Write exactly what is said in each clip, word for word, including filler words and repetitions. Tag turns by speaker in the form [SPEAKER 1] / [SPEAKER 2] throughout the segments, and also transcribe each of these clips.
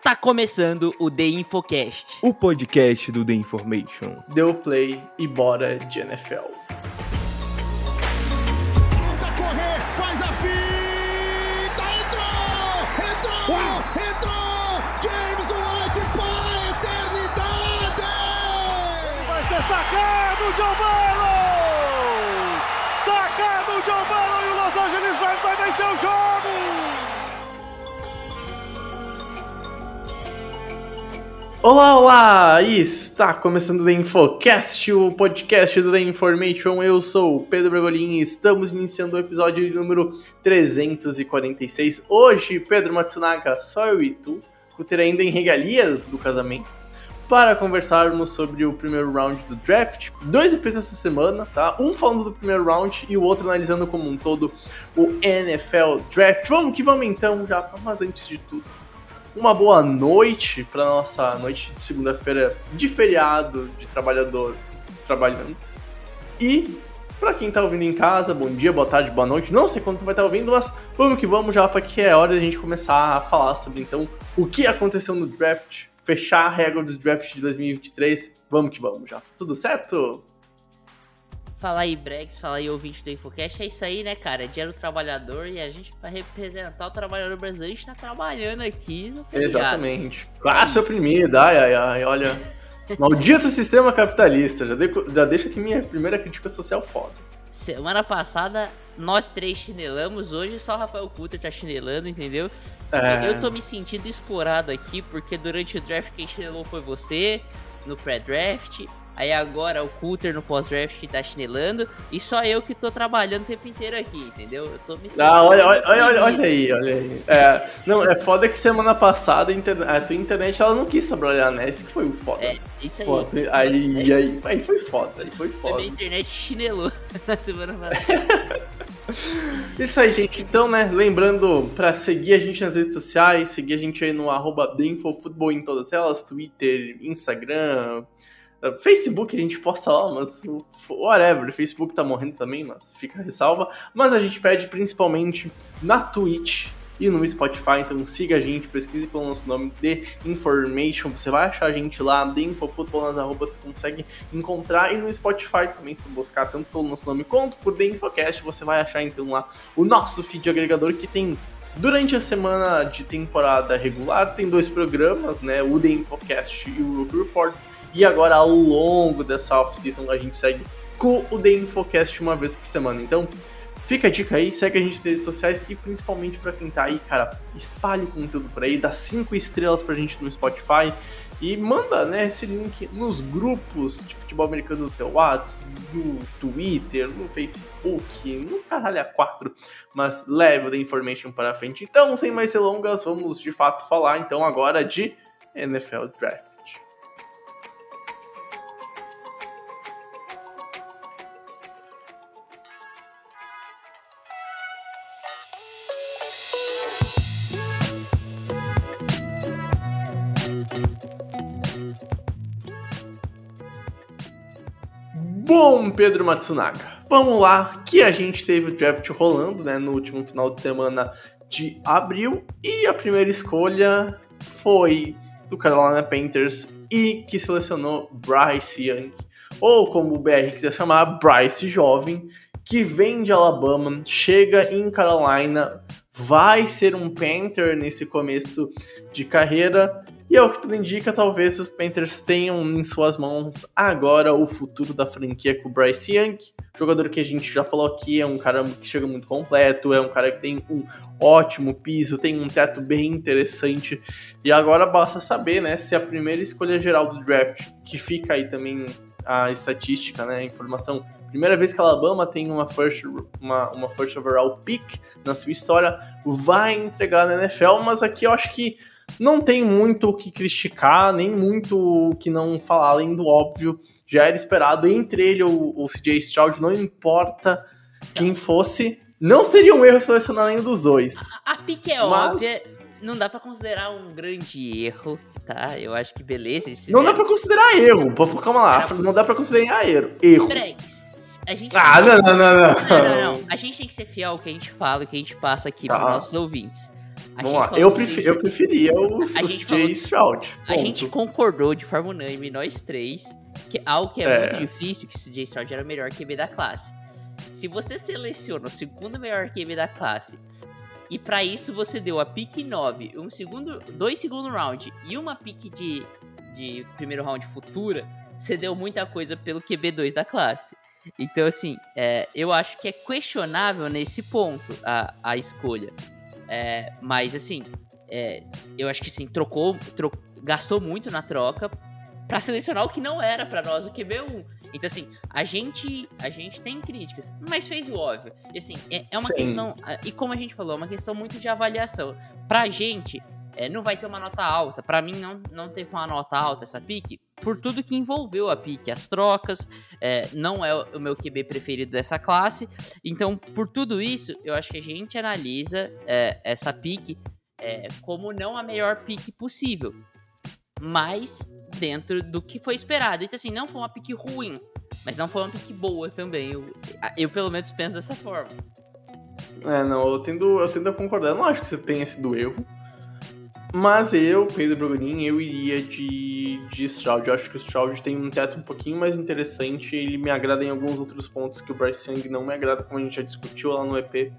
[SPEAKER 1] Está começando o The Infocast,
[SPEAKER 2] o podcast do The Information.
[SPEAKER 3] Deu play e bora de N F L.
[SPEAKER 4] Tenta correr, faz a fita, entrou! Entrou! Entrou! James White para a eternidade!
[SPEAKER 5] Vai ser sacado, Joe Burrow! Sacado, Joe Burrow e o Los Angeles Rams vai vencer o jogo!
[SPEAKER 3] Olá, olá! Está começando o The Infocast, o podcast do The Information. Eu sou o Pedro Bregolin e estamos iniciando o episódio número trezentos e quarenta e seis. Hoje, Pedro Matsunaga, só eu e tu, Cutter ainda em regalias do casamento, para conversarmos sobre o primeiro round do draft. Dois episódios essa semana, tá? Um falando do primeiro round e o outro analisando como um todo o N F L Draft. Vamos que vamos então, já, mas antes de tudo, uma boa noite para nossa noite de segunda-feira de feriado, de trabalhador trabalhando. E para quem tá ouvindo em casa, bom dia, boa tarde, boa noite. Não sei quando tu vai estar ouvindo, mas vamos que vamos já, para que é hora de a gente começar a falar sobre então o que aconteceu no draft, fechar a regra do draft de dois mil e vinte e três. Vamos que vamos já. Tudo certo?
[SPEAKER 1] Fala aí, Bregs, fala aí, ouvinte do Infocast. É isso aí, né, cara? É dia do trabalhador e a gente, pra representar o trabalhador brasileiro, a gente tá trabalhando aqui no feriado.
[SPEAKER 3] Exatamente. Classe oprimida, ai, ai, ai, olha. Maldito sistema capitalista. Já, de, já deixa aqui minha primeira crítica social foda.
[SPEAKER 1] Semana passada, nós três chinelamos, hoje só o Rafael Cutter tá chinelando, entendeu?
[SPEAKER 3] É...
[SPEAKER 1] Eu tô me sentindo explorado aqui, porque durante o draft quem chinelou foi você, no pré-draft. Aí agora o Cutter no pós-draft que tá chinelando, e só eu que tô trabalhando o tempo inteiro aqui, entendeu? Eu tô me sentindo...
[SPEAKER 3] Ah, olha, olha, olha, olha aí, olha aí. É, não, é foda que semana passada a, inter... a tua internet ela não quis trabalhar, né? Esse que foi o foda.
[SPEAKER 1] É, isso aí.
[SPEAKER 3] Pô, tu... aí, aí, aí foi foda, aí foi foda.
[SPEAKER 1] A minha internet chinelou na semana passada.
[SPEAKER 3] Isso aí, gente. Então, né, lembrando pra seguir a gente nas redes sociais, seguir a gente aí no arroba TheInfoFootball em todas elas, Twitter, Instagram... Facebook a gente posta lá, mas whatever, o Facebook tá morrendo também, mas fica a ressalva. Mas a gente pede principalmente na Twitch e no Spotify, então siga a gente, pesquise pelo nosso nome, The Information, você vai achar a gente lá, The InfoFootball nas arrobas, você consegue encontrar, e no Spotify também, se buscar tanto pelo nosso nome quanto por The Infocast, você vai achar então lá o nosso feed agregador que tem... Durante a semana de temporada regular, tem dois programas, né, o The Infocast e o Rookie Report. E agora, ao longo dessa off-season, a gente segue com o The Infocast uma vez por semana. Então, fica a dica aí, segue a gente nas redes sociais e principalmente pra quem tá aí, cara, espalhe o conteúdo por aí, dá cinco estrelas pra gente no Spotify e manda, né, esse link nos grupos de futebol americano do teu WhatsApp, no Twitter, no Facebook, no caralho a quatro, mas leve o The Information para frente. Então, sem mais delongas, vamos de fato falar então agora de N F L Draft. Bom, Pedro Matsunaga, vamos lá, que a gente teve o draft rolando, né, no último final de semana de abril, e a primeira escolha foi do Carolina Panthers e que selecionou Bryce Young, ou como o B R quiser chamar, Bryce Jovem, que vem de Alabama, chega em Carolina, vai ser um Panther nesse começo de carreira. E é o que tudo indica, talvez os Panthers tenham em suas mãos agora o futuro da franquia com o Bryce Young, jogador que a gente já falou aqui, é um cara que chega muito completo, é um cara que tem um ótimo piso, tem um teto bem interessante, e agora basta saber, né, se a primeira escolha geral do draft, que fica aí também a estatística, né, a informação, primeira vez que a Alabama tem uma first, uma, uma first overall pick na sua história, vai entregar na N F L, mas aqui eu acho que não tem muito o que criticar, nem muito o que não falar, além do óbvio, já era esperado, entre ele ou o C J Stroud, não importa quem fosse, não seria um erro selecionar nenhum dos dois.
[SPEAKER 1] A, a pique é
[SPEAKER 3] mas...
[SPEAKER 1] óbvia, não dá pra considerar um grande erro, tá? Eu acho que beleza.
[SPEAKER 3] Não dá pra considerar erro, calma lá, não dá pra considerar erro. erro.
[SPEAKER 1] Bregs, a gente
[SPEAKER 3] ah, não, não, não, não.
[SPEAKER 1] Não, não, não. A gente tem que ser fiel ao que a gente fala, o que a gente passa aqui
[SPEAKER 3] tá.
[SPEAKER 1] pros nossos ouvintes. A
[SPEAKER 3] Vamos
[SPEAKER 1] gente
[SPEAKER 3] lá.
[SPEAKER 1] falou
[SPEAKER 3] Eu,
[SPEAKER 1] do
[SPEAKER 3] prefi-
[SPEAKER 1] C J
[SPEAKER 3] eu preferia o, o
[SPEAKER 1] A gente falou-
[SPEAKER 3] C J Stroud.
[SPEAKER 1] A
[SPEAKER 3] Ponto.
[SPEAKER 1] gente concordou de forma unânime, nós três, que algo que é,
[SPEAKER 3] É.
[SPEAKER 1] muito difícil, que o C J Stroud era o melhor Q B da classe. Se você seleciona o segundo melhor Q B da classe, e pra isso você deu a pick nove, um segundo, dois segundo round e uma pick de, de primeiro round futura, você deu muita coisa pelo Q B dois da classe. Então, assim, é, eu acho que é questionável nesse ponto a, a escolha. É, mas, assim, é, eu acho que sim, trocou, tro- gastou muito na troca pra selecionar o que não era pra nós o Q B um. Então, assim, a gente, a gente tem críticas, mas fez o óbvio. E, assim, é, é uma
[SPEAKER 3] Sim.
[SPEAKER 1] questão, e como a gente falou, é uma questão muito de avaliação. Pra gente, é, não vai ter uma nota alta. Pra mim, não, não teve uma nota alta essa pick, por tudo que envolveu a pick, as trocas, é, não é o meu Q B preferido dessa classe. Então, por tudo isso, eu acho que a gente analisa é, essa pick é, como não a melhor pick possível, mas dentro do que foi esperado. Então, assim, não foi uma pick ruim, mas não foi uma pick boa também. Eu, eu pelo menos, penso dessa forma.
[SPEAKER 3] É, não, eu tendo, eu tendo a concordar. Eu não acho que você tenha sido erro. Mas eu, Pedro Brognin, eu iria de, de Stroud. Eu acho que o Stroud tem um teto um pouquinho mais interessante. Ele me agrada em alguns outros pontos que o Bryce Young não me agrada, como a gente já discutiu lá no E P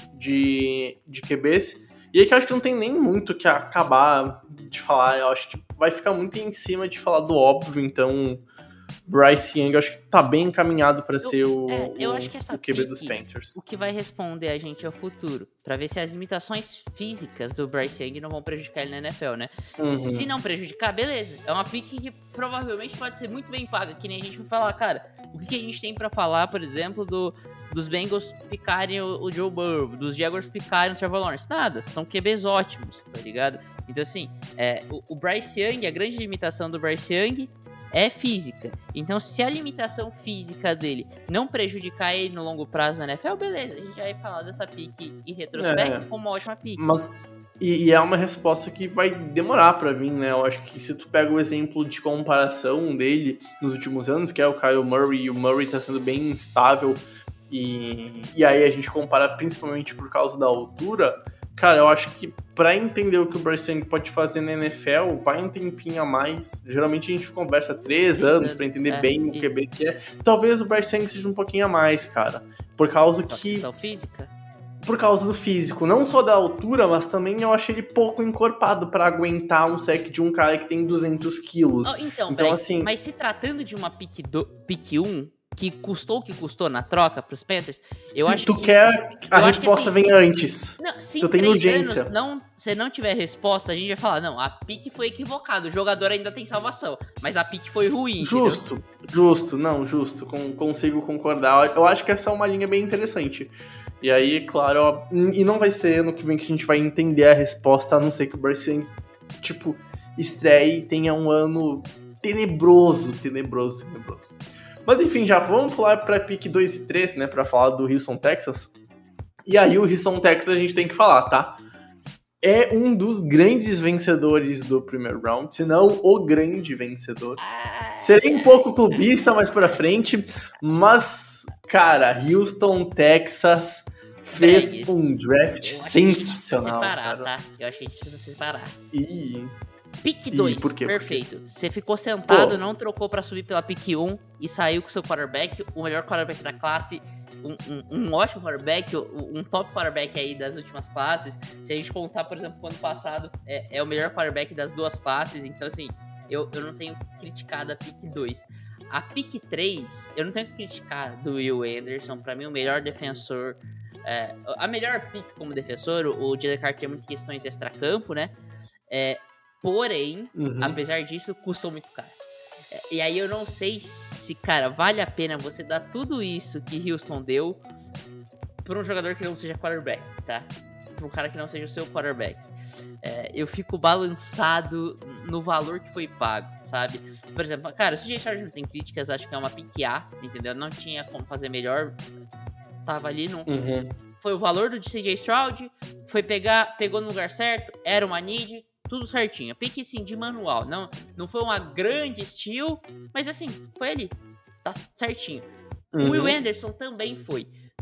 [SPEAKER 3] de, de Q Bs. E aí que eu acho que não tem nem muito que acabar de falar. Eu acho que vai ficar muito em cima de falar do óbvio. Então, Bryce Young, eu acho que tá bem encaminhado para ser o,
[SPEAKER 1] é, eu
[SPEAKER 3] o,
[SPEAKER 1] acho que essa
[SPEAKER 3] o Q B
[SPEAKER 1] pick,
[SPEAKER 3] dos Panthers.
[SPEAKER 1] O que vai responder a gente é o futuro, pra ver se as limitações físicas do Bryce Young não vão prejudicar ele na N F L, né?
[SPEAKER 3] Uhum.
[SPEAKER 1] Se não prejudicar, beleza. É uma pick que provavelmente pode ser muito bem paga, que nem a gente vai falar, cara. O que, que a gente tem pra falar, por exemplo, do, dos Bengals picarem o, o Joe Burrow, dos Jaguars picarem o Trevor Lawrence? Nada, são Q Bs ótimos, tá ligado? Então, assim, é, o, o Bryce Young, a grande limitação do Bryce Young é física. Então, se a limitação física dele não prejudicar ele no longo prazo na N F L, beleza. A gente já vai falar dessa pick em retrospecto
[SPEAKER 3] É.
[SPEAKER 1] como uma ótima pick.
[SPEAKER 3] Mas, e, e é uma resposta que vai demorar pra vir, né? Eu acho que se tu pega o exemplo de comparação dele nos últimos anos, que é o Kyle Murray, e o Murray tá sendo bem instável, e, e aí a gente compara principalmente por causa da altura, cara, eu acho que pra entender o que o Bryce Young pode fazer na N F L, vai um tempinho a mais. Geralmente a gente conversa três anos pra entender
[SPEAKER 1] é,
[SPEAKER 3] bem o
[SPEAKER 1] e-
[SPEAKER 3] Q B que é. Talvez o Bryce Young seja um pouquinho a mais, cara. Por causa
[SPEAKER 1] Só
[SPEAKER 3] que...
[SPEAKER 1] questão física?
[SPEAKER 3] Por causa do físico, não só da altura, mas também eu acho ele pouco encorpado pra aguentar um sec de um cara que tem duzentos quilos.
[SPEAKER 1] Oh, então,
[SPEAKER 3] Então,
[SPEAKER 1] peraí,
[SPEAKER 3] assim-
[SPEAKER 1] mas se tratando de uma pick, do, pick um, que custou o que custou na troca pros Panthers, eu acho
[SPEAKER 3] tu
[SPEAKER 1] que...
[SPEAKER 3] quer
[SPEAKER 1] eu
[SPEAKER 3] a
[SPEAKER 1] acho que,
[SPEAKER 3] resposta
[SPEAKER 1] assim,
[SPEAKER 3] vem
[SPEAKER 1] se-
[SPEAKER 3] antes.
[SPEAKER 1] Não, se
[SPEAKER 3] Tu
[SPEAKER 1] em
[SPEAKER 3] tem
[SPEAKER 1] três
[SPEAKER 3] urgência.
[SPEAKER 1] anos não, se não tiver resposta, a gente vai falar, não, a pick foi equivocada, o jogador ainda tem salvação, mas a pick foi ruim, entendeu?
[SPEAKER 3] Justo, justo, não, justo, com, consigo concordar. Eu acho que essa é uma linha bem interessante. E aí, claro, ó, e não vai ser ano que vem que a gente vai entender a resposta, a não ser que o Bryce Young, tipo, estreie e tenha um ano tenebroso, tenebroso, tenebroso. Mas enfim, já vamos pular pra pick dois e três, né, pra falar do Houston, Texas. E aí o Houston, Texas a gente tem que falar, tá? É um dos grandes vencedores do primeiro round, se não o grande vencedor. Serei um pouco clubista mais pra frente, mas, cara, Houston, Texas fez
[SPEAKER 1] Greg,
[SPEAKER 3] um draft
[SPEAKER 1] Eu acho que a gente precisa
[SPEAKER 3] sensacional,
[SPEAKER 1] separar,
[SPEAKER 3] cara.
[SPEAKER 1] tá? Eu acho que a gente precisa separar.
[SPEAKER 3] E
[SPEAKER 1] Pick
[SPEAKER 3] Ih,
[SPEAKER 1] dois,
[SPEAKER 3] por quê? Por
[SPEAKER 1] perfeito. Você ficou sentado,
[SPEAKER 3] Pô.
[SPEAKER 1] não trocou pra subir pela pick um e saiu com seu quarterback, o melhor quarterback da classe, um, um, um ótimo quarterback, um um top quarterback aí das últimas classes. Se a gente contar, por exemplo, o ano passado, é, é o melhor quarterback das duas classes. Então, assim, eu, eu não tenho criticado a pick dois. A pick três, eu não tenho que criticar do Will Anderson. Pra mim, o melhor defensor... É, a melhor pick como defensor, o Jalen Carter tinha muitas questões extra-campo, né? É, porém,
[SPEAKER 3] Uhum.
[SPEAKER 1] apesar disso, custou muito caro. É, e aí eu não sei se, cara, vale a pena você dar tudo isso que Houston deu pra um jogador que não seja quarterback, tá? Pra um cara que não seja o seu quarterback. É, eu fico balançado no valor que foi pago, sabe? Por exemplo, cara, o C J Stroud não tem críticas, acho que é uma pick A, entendeu? Não tinha como fazer melhor. Tava ali, não.
[SPEAKER 3] Uhum.
[SPEAKER 1] Foi o valor do C J Stroud, foi pegar, pegou no lugar certo, era uma need, tudo certinho. Pique assim, de manual, não, não foi uma grande steal, mas assim, foi ali, tá certinho.
[SPEAKER 3] Uhum.
[SPEAKER 1] O Will Anderson também foi.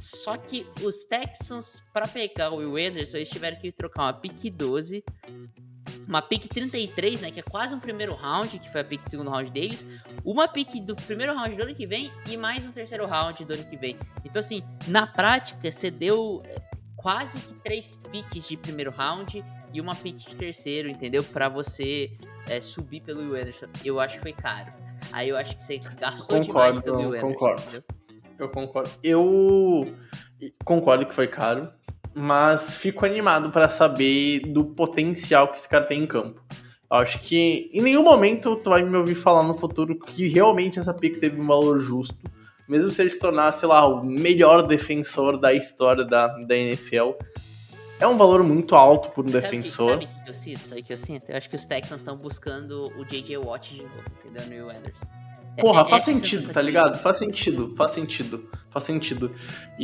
[SPEAKER 1] Só que os Texans, pra pegar o Will Anderson, eles tiveram que trocar uma pick doze, uma pick trinta e três, né, que é quase um primeiro round, que foi a pick do segundo round deles, uma pick do primeiro round do ano que vem e mais um terceiro round do ano que vem. Então, assim, na prática, você deu quase que três picks de primeiro round e uma pick de terceiro, entendeu? Pra você é, subir pelo Will Anderson. Eu acho que foi caro. Aí eu acho que você gastou
[SPEAKER 3] Concordo,
[SPEAKER 1] demais pelo Will Anderson.
[SPEAKER 3] Concordo,
[SPEAKER 1] Entendeu?
[SPEAKER 3] Eu concordo. Eu concordo que foi caro, mas fico animado pra saber do potencial que esse cara tem em campo. Eu acho que em nenhum momento tu vai me ouvir falar no futuro que realmente essa pick teve um valor justo. Mesmo se ele se tornar, sei lá, o melhor defensor da história da, da N F L. É um valor muito alto por um
[SPEAKER 1] sabe
[SPEAKER 3] defensor.
[SPEAKER 1] Que, sabe o que eu sinto? Sabe o que eu sinto? Eu acho que os Texans estão buscando o J J Watt de novo, entendeu? No Will Anderson.
[SPEAKER 3] Porra,
[SPEAKER 1] É,
[SPEAKER 3] faz
[SPEAKER 1] essa
[SPEAKER 3] sentido,
[SPEAKER 1] sensação
[SPEAKER 3] tá
[SPEAKER 1] que-
[SPEAKER 3] ligado? Faz sentido, faz sentido, faz sentido.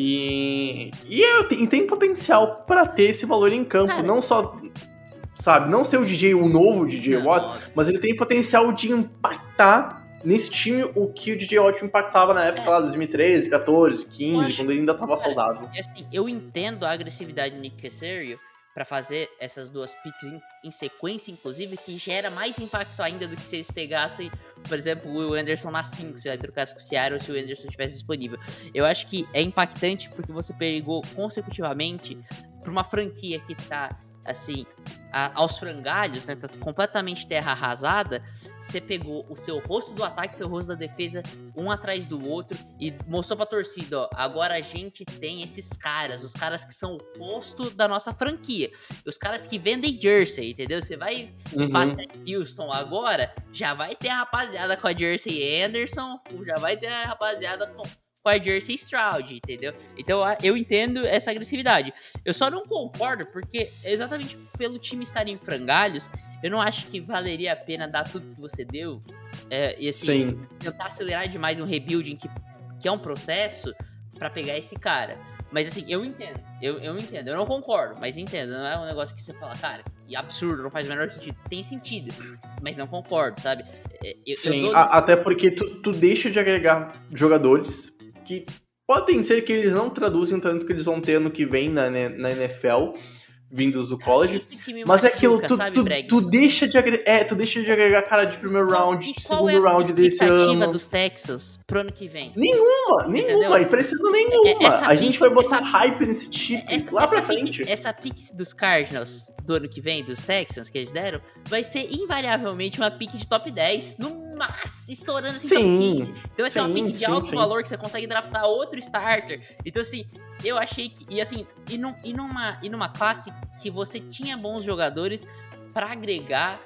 [SPEAKER 3] E, e, eu te- e tem potencial pra ter esse valor em campo.
[SPEAKER 1] Cara.
[SPEAKER 3] Não só, sabe, não ser o D J, o novo D J
[SPEAKER 1] Não,
[SPEAKER 3] Watt,
[SPEAKER 1] óbvio.
[SPEAKER 3] mas ele tem potencial de impactar nesse time o que o D J Watt impactava na época
[SPEAKER 1] É.
[SPEAKER 3] lá, dois mil e treze, catorze, quinze,
[SPEAKER 1] Eu acho-
[SPEAKER 3] quando ele ainda tava
[SPEAKER 1] Cara,
[SPEAKER 3] saudável.
[SPEAKER 1] E assim, eu entendo a agressividade do Nick Caserio pra fazer essas duas picks em, em sequência, inclusive, que gera mais impacto ainda do que se eles pegassem, por exemplo, o Will Anderson na cinco, se ele trocasse com o Seattle, se o Anderson estivesse disponível. Eu acho que é impactante porque você pegou consecutivamente pra uma franquia que tá, assim, a- aos frangalhos, né, tá completamente terra arrasada. Você pegou o seu rosto do ataque, seu rosto da defesa, um atrás do outro, e mostrou pra torcida, ó, agora a gente tem esses caras, os caras que são o rosto da nossa franquia, os caras que vendem jersey, entendeu? Você vai
[SPEAKER 3] Uhum.
[SPEAKER 1] passar em Houston agora, já vai ter a rapaziada com a jersey Anderson, já vai ter a rapaziada com, com a jersey Stroud, entendeu? Então a- eu entendo essa agressividade. Eu só não concordo porque exatamente pelo time estar em frangalhos, eu não acho que valeria a pena dar tudo que você deu é, e assim,
[SPEAKER 3] Sim.
[SPEAKER 1] tentar acelerar demais um rebuilding que, que é um processo pra pegar esse cara. Mas assim, eu entendo, eu, eu entendo, eu não concordo, mas entendo, não é um negócio que você fala, cara, e absurdo, não faz o menor sentido. Tem sentido, mas não concordo, sabe? É, Eu,
[SPEAKER 3] Sim,
[SPEAKER 1] eu dou-
[SPEAKER 3] a- até porque tu, tu deixa de agregar jogadores que podem ser que eles não traduzem tanto que eles vão ter ano que vem na, né, na N F L, vindos do college.
[SPEAKER 1] Isso que me
[SPEAKER 3] Mas é
[SPEAKER 1] machuca,
[SPEAKER 3] aquilo, tu,
[SPEAKER 1] sabe,
[SPEAKER 3] tu,
[SPEAKER 1] Breg?
[SPEAKER 3] tu deixa de agregar, é, tu deixa de agregar cara de primeiro round,
[SPEAKER 1] E
[SPEAKER 3] de
[SPEAKER 1] qual
[SPEAKER 3] segundo
[SPEAKER 1] é a
[SPEAKER 3] round desse
[SPEAKER 1] expectativa
[SPEAKER 3] ano.
[SPEAKER 1] dos Texans pro ano que vem?
[SPEAKER 3] Nenhuma, nenhuma,
[SPEAKER 1] Entendeu?
[SPEAKER 3] e precisa nenhuma.
[SPEAKER 1] essa
[SPEAKER 3] a gente
[SPEAKER 1] pique-
[SPEAKER 3] vai botar
[SPEAKER 1] essa-
[SPEAKER 3] hype nesse tipo
[SPEAKER 1] Essa,
[SPEAKER 3] lá
[SPEAKER 1] essa
[SPEAKER 3] pra
[SPEAKER 1] pique-
[SPEAKER 3] frente.
[SPEAKER 1] essa pick dos Cardinals do ano que vem, dos Texans que eles deram, vai ser invariavelmente uma pick de top dez, no máximo, estourando assim top
[SPEAKER 3] Sim,
[SPEAKER 1] quinze. Então vai ser uma
[SPEAKER 3] sim,
[SPEAKER 1] pick de
[SPEAKER 3] sim,
[SPEAKER 1] alto
[SPEAKER 3] sim.
[SPEAKER 1] valor que você consegue draftar outro starter. Então assim, eu achei que, e assim, e, num, e, numa, e numa classe que você tinha bons jogadores pra agregar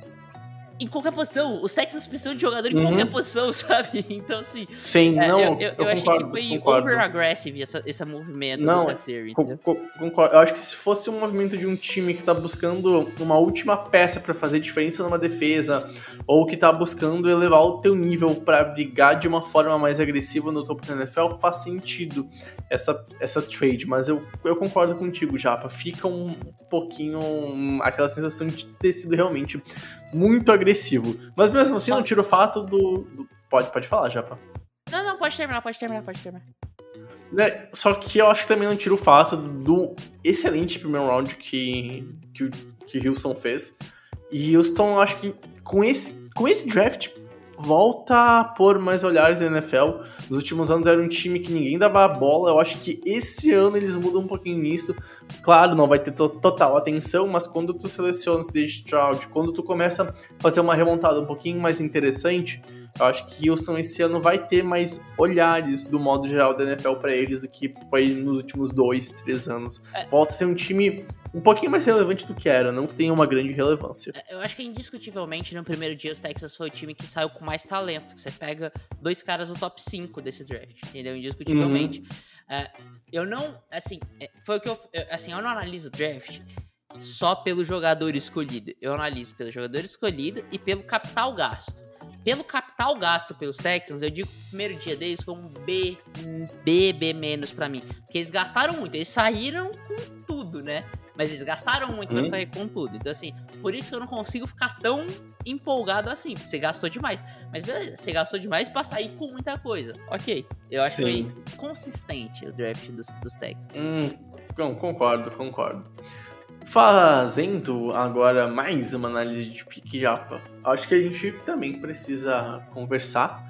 [SPEAKER 1] em qualquer posição. Os Texans precisam de jogador em
[SPEAKER 3] Uhum.
[SPEAKER 1] qualquer posição, sabe? Então assim,
[SPEAKER 3] Sim,
[SPEAKER 1] é,
[SPEAKER 3] não,
[SPEAKER 1] eu,
[SPEAKER 3] eu,
[SPEAKER 1] eu, eu achei
[SPEAKER 3] concordo,
[SPEAKER 1] que foi
[SPEAKER 3] concordo.
[SPEAKER 1] over-aggressive essa, esse movimento
[SPEAKER 3] Não,
[SPEAKER 1] do Caserio,
[SPEAKER 3] Co-
[SPEAKER 1] entendeu?
[SPEAKER 3] co- Concordo. Eu acho que se fosse um movimento de um time que tá buscando uma última peça pra fazer diferença numa defesa, ou que tá buscando elevar o teu nível pra brigar de uma forma mais agressiva no topo da N F L, faz sentido essa, essa trade. Mas eu, eu concordo contigo, Japa. Fica um pouquinho um, aquela sensação de ter sido realmente muito agressivo. Mas mesmo assim, não tira o fato do... do- Pode, pode falar, Japa.
[SPEAKER 1] Não, não, pode terminar, pode terminar, pode terminar.
[SPEAKER 3] Né, só que eu acho que também não tira o fato do excelente primeiro round que, que, o- que Houston fez. E Houston, eu acho que com esse, com esse draft, volta a pôr mais olhares na N F L. Nos últimos anos era um time que ninguém dava a bola. Eu acho que esse ano eles mudam um pouquinho nisso. Claro, não vai ter to- total atenção, mas quando tu seleciona o C J Stroud, quando tu começa a fazer uma remontada um pouquinho mais interessante, eu acho que Houston esse ano vai ter mais olhares do modo geral da N F L pra eles do que foi nos últimos dois, três anos.
[SPEAKER 1] É.
[SPEAKER 3] Volta a ser um time um pouquinho mais relevante do que era, não que tenha uma grande relevância.
[SPEAKER 1] Eu acho que indiscutivelmente no primeiro dia os Texas foi o time que saiu com mais talento. Você pega dois caras no top cinco desse draft, entendeu? Indiscutivelmente. É, eu não, assim, é, foi o que eu, eu- assim, eu não analiso o draft só pelo jogador escolhido. Eu analiso pelo jogador escolhido e pelo capital gasto. Pelo capital gasto pelos Texans, eu digo que o primeiro dia deles foi um B, um B, B menos pra mim. Porque eles gastaram muito, eles saíram com tudo, né? Mas eles gastaram muito pra
[SPEAKER 3] Hum.
[SPEAKER 1] sair com tudo. Então, assim, por isso que eu não consigo ficar tão empolgado assim. Porque você gastou demais. Mas beleza, você gastou demais pra sair com muita coisa. Ok. Eu acho
[SPEAKER 3] Sim.
[SPEAKER 1] que foi consistente o draft dos, dos Texans.
[SPEAKER 3] Hum, não, concordo, concordo. Fazendo agora mais uma análise de pique japa, acho que a gente também precisa conversar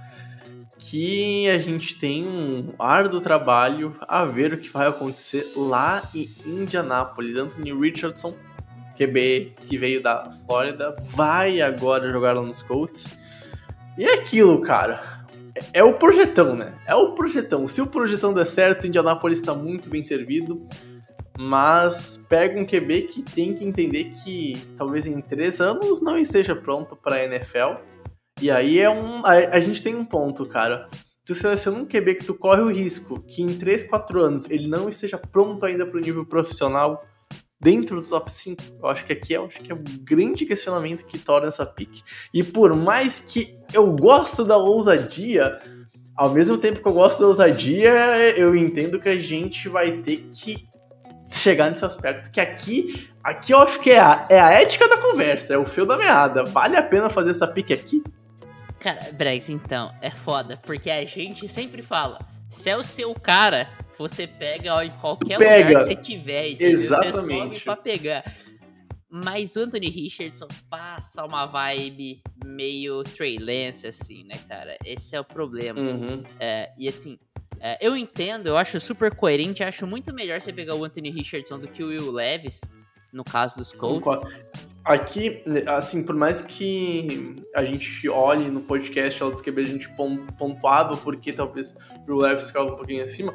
[SPEAKER 3] que a gente tem um árduo trabalho a ver o que vai acontecer lá em Indianápolis. Anthony Richardson, Q B que veio da Flórida, vai agora jogar lá nos Colts. E é aquilo, cara, é o projetão, né? É o projetão. Se o projetão der certo, Indianápolis está muito bem servido. Mas pega um Q B que tem que entender que talvez em três anos não esteja pronto para a N F L. E aí é um, a, a gente tem um ponto, cara. Tu seleciona um Q B que tu corre o risco que em três, quatro anos ele não esteja pronto ainda para o nível profissional dentro do top cinco. Eu acho que aqui é, eu acho que é um grande questionamento que torna essa pick. E por mais que eu gosto da ousadia, ao mesmo tempo que eu gosto da ousadia, eu entendo que a gente vai ter que chegar nesse aspecto, que aqui, aqui eu acho que é a, é a ética da conversa, é o fio da meada. Vale a pena fazer essa pique aqui?
[SPEAKER 1] Cara, Bregs, então, é foda, porque a gente sempre fala, se é o seu cara, você pega ó, em qualquer
[SPEAKER 3] Pega.
[SPEAKER 1] lugar que você tiver, entendeu?
[SPEAKER 3] Exatamente.
[SPEAKER 1] Você sobe pra pegar. Mas o Anthony Richardson passa uma vibe meio Trey Lance, assim, né, cara? Esse é o problema.
[SPEAKER 3] Uhum.
[SPEAKER 1] É, e assim, é, eu entendo, eu acho super coerente, acho muito melhor você pegar o Anthony Richardson do que o Will Levis, no caso dos Colts.
[SPEAKER 3] Aqui, assim, por mais que a gente olhe no podcast lá do Q B, a gente pontuava porque talvez o Will Levis ficava um pouquinho acima.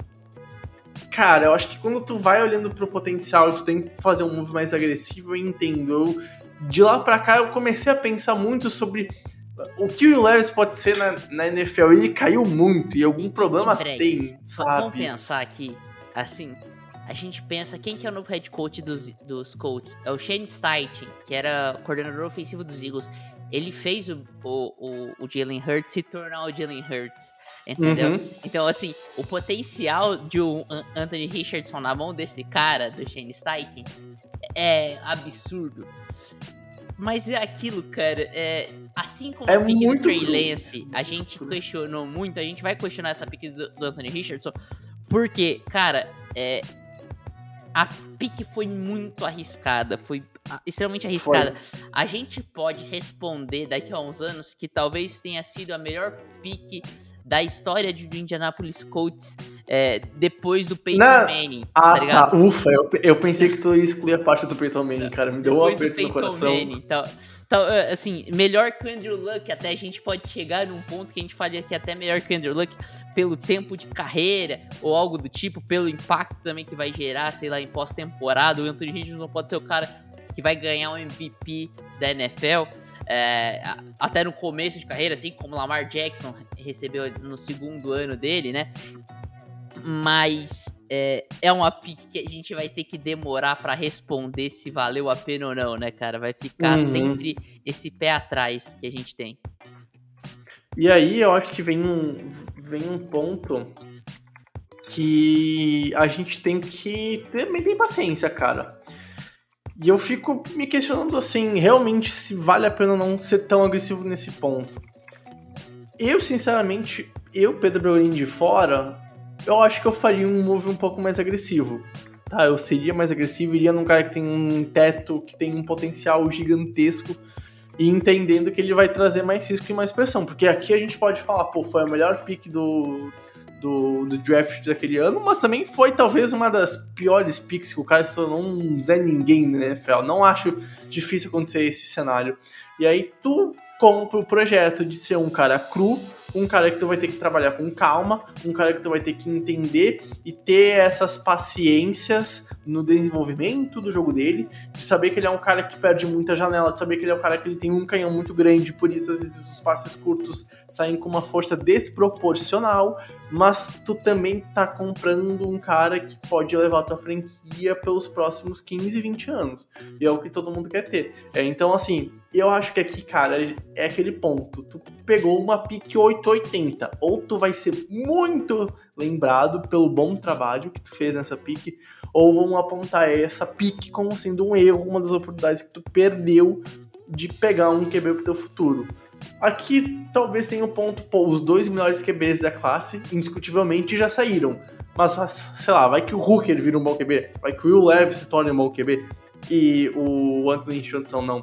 [SPEAKER 3] Cara, eu acho que quando tu vai olhando pro potencial, tu tem que fazer um move mais agressivo, eu entendo. Eu, de lá pra cá, eu comecei a pensar muito sobre o que o Will Levis pode ser na, na N F L. Ele caiu muito e algum
[SPEAKER 1] E-
[SPEAKER 3] problema
[SPEAKER 1] e, Bregs,
[SPEAKER 3] tem, sabe?
[SPEAKER 1] Vamos pensar aqui, assim, a gente pensa, quem que é o novo head coach dos, dos Colts? É o Shane Steichen, que era coordenador ofensivo dos Eagles. Ele fez o, o, o, o Jalen Hurts se tornar o Jalen Hurts, entendeu?
[SPEAKER 3] Uhum.
[SPEAKER 1] Então, assim, o potencial de um An- Anthony Richardson na mão desse cara, do Shane Steichen, é absurdo. Mas é aquilo, cara, é, assim como
[SPEAKER 3] É
[SPEAKER 1] a pick do
[SPEAKER 3] muito
[SPEAKER 1] Trey
[SPEAKER 3] cru.
[SPEAKER 1] Lance, a gente questionou muito, a gente vai questionar essa pick do, do Anthony Richardson, porque, cara, é, a pick foi muito arriscada, foi ah, extremamente arriscada. A gente pode responder daqui a uns anos que talvez tenha sido a melhor pick da história de, do Indianapolis Colts é, depois do Peyton
[SPEAKER 3] Na-
[SPEAKER 1] Manning,
[SPEAKER 3] Ah,
[SPEAKER 1] tá ligado?
[SPEAKER 3] tá. Ufa, eu, eu pensei que tu ia excluir a parte do Peyton Manning, cara. Me deu um
[SPEAKER 1] Depois do
[SPEAKER 3] aperto no
[SPEAKER 1] Peyton
[SPEAKER 3] coração.
[SPEAKER 1] Manning. Então, então, assim, melhor que o Andrew Luck, até a gente pode chegar num ponto que a gente faria que é até melhor que o Andrew Luck pelo tempo de carreira ou algo do tipo, pelo impacto também que vai gerar, sei lá, em pós-temporada. O Anthony Richardson pode ser o cara que vai ganhar o M V P da N F L. É, até no começo de carreira, assim como o Lamar Jackson recebeu no segundo ano dele, né? Mas é, é uma pick que a gente vai ter que demorar pra responder se valeu a pena ou não, né, cara? Vai ficar
[SPEAKER 3] Uhum.
[SPEAKER 1] sempre esse pé atrás que a gente tem.
[SPEAKER 3] E aí eu acho que vem um, vem um ponto que a gente tem que ter bem paciência, cara. E eu fico me questionando assim, realmente se vale a pena não ser tão agressivo nesse ponto. Eu, sinceramente, eu, Pedro Brolin de fora, eu acho que eu faria um move um pouco mais agressivo. Tá, eu seria mais agressivo, iria num cara que tem um teto, que tem um potencial gigantesco, e entendendo que ele vai trazer mais risco e mais pressão. Porque aqui a gente pode falar, pô, foi a melhor pick do, do, do draft daquele ano, mas também foi talvez uma das piores picks que o cara se tornou um Zé Ninguém na N F L. Não acho difícil acontecer esse cenário. E aí tu compra o projeto de ser um cara cru, um cara que tu vai ter que trabalhar com calma, um cara que tu vai ter que entender e ter essas paciências no desenvolvimento do jogo dele, de saber que ele é um cara que perde muita janela, de saber que ele é um cara que ele tem um canhão muito grande, por isso às vezes os passes curtos saem com uma força desproporcional, mas tu também tá comprando um cara que pode levar a tua franquia pelos próximos quinze, vinte anos, e é o que todo mundo quer ter. É, então assim, eu acho que aqui, cara, é aquele ponto, tu pegou uma pick oito oitenta, ou tu vai ser muito lembrado pelo bom trabalho que tu fez nessa pick, ou vão apontar essa pique como sendo um erro, uma das oportunidades que tu perdeu de pegar um Q B pro teu futuro. Aqui talvez tenha o ponto, pô, os dois melhores Q Bs da classe indiscutivelmente já saíram, mas sei lá, vai que o Hooker vira um bom Q B, vai que o Will Levis se torne um bom Q B e o Anthony Richardson não.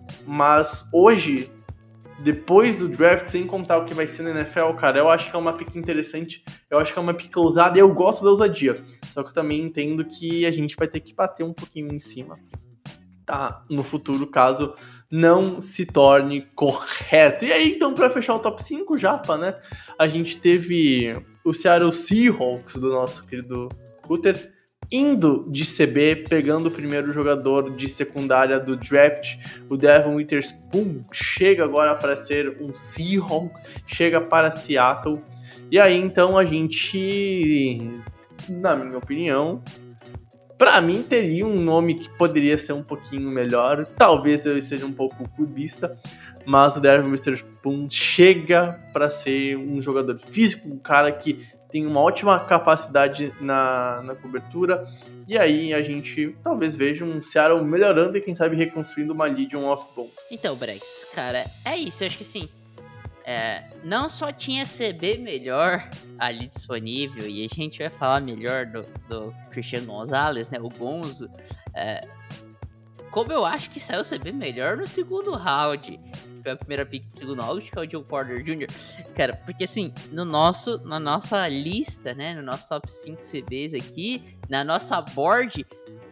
[SPEAKER 3] Mas hoje, depois do draft, sem contar o que vai ser na N F L, cara, eu acho que é uma pick interessante, eu acho que é uma pick ousada e eu gosto da ousadia. Só que eu também entendo que a gente vai ter que bater um pouquinho em cima, tá? No futuro, caso não se torne correto. E aí, então, pra fechar o top cinco, Japa, né? A gente teve o Seattle Seahawks, do nosso querido Cutter, indo de C B, pegando o primeiro jogador de secundária do draft, o Devon Witherspoon, chega agora para ser um Seahawk, chega para Seattle, e aí então a gente, na minha opinião, para mim teria um nome que poderia ser um pouquinho melhor, talvez eu esteja um pouco clubista, mas o Devon Witherspoon chega para ser um jogador físico, um cara que tem uma ótima capacidade na, na cobertura, e aí a gente talvez veja um Seattle melhorando e quem sabe reconstruindo uma Legion of Boom.
[SPEAKER 1] Então, Brex, cara, é isso, eu acho que sim. É, não só tinha C B melhor ali disponível, e a gente vai falar melhor do, do Christian Gonzalez, né, o Gonzo, é, como eu acho que saiu C B melhor no segundo round, que foi a primeira pick do segundo round, que é o Joe Porter Júnior Cara, porque assim, no nosso, na nossa lista, né, no nosso top cinco C Bs aqui, na nossa board,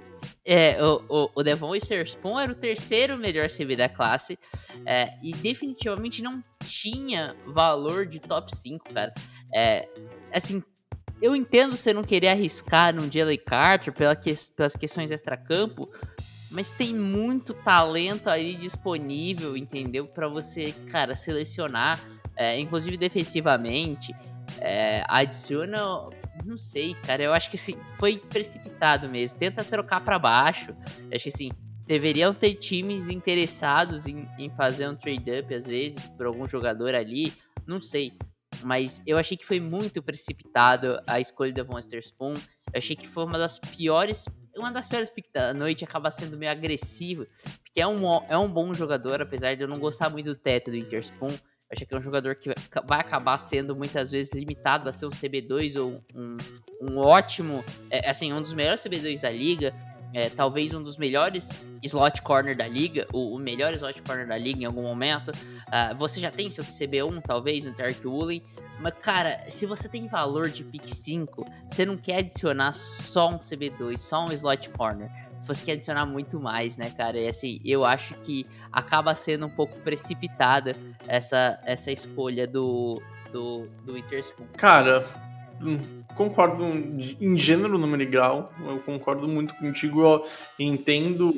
[SPEAKER 1] é, o, o, o Devon Witherspoon era o terceiro melhor C B da classe, é, e definitivamente não tinha valor de top cinco, cara. É, assim, eu entendo você não querer arriscar num Jalen Carter pela que, pelas questões extracampo, mas tem muito talento aí disponível, entendeu? Pra você, cara, selecionar, é, inclusive defensivamente, é, adiciona, não sei, cara, eu acho que assim, foi precipitado mesmo, tenta trocar pra baixo, eu acho que assim, deveriam ter times interessados em, em fazer um trade-up às vezes, por algum jogador ali, não sei, mas eu achei que foi muito precipitado a escolha da Devon Witherspoon, eu achei que foi uma das piores uma das piores picks da noite, acaba sendo meio agressivo, porque é um, é um bom jogador, apesar de eu não gostar muito do teto do Witherspoon. Eu acho que é um jogador que vai acabar sendo muitas vezes limitado a ser um C B dois ou um, um ótimo, é, assim, um dos melhores C B dois da liga, é, talvez um dos melhores slot corner da liga, o, o melhor slot corner da liga em algum momento. Uh, você já tem seu C B um, talvez, no Tariq Woolen. Mas, cara, se você tem valor de pick cinco, você não quer adicionar só um C B dois, só um slot corner. Você quer adicionar muito mais, né, cara? E assim, eu acho que acaba sendo um pouco precipitada essa, essa escolha do, do, do Witherspoon.
[SPEAKER 3] Cara, concordo em gênero, número e grau. Eu concordo muito contigo. Eu entendo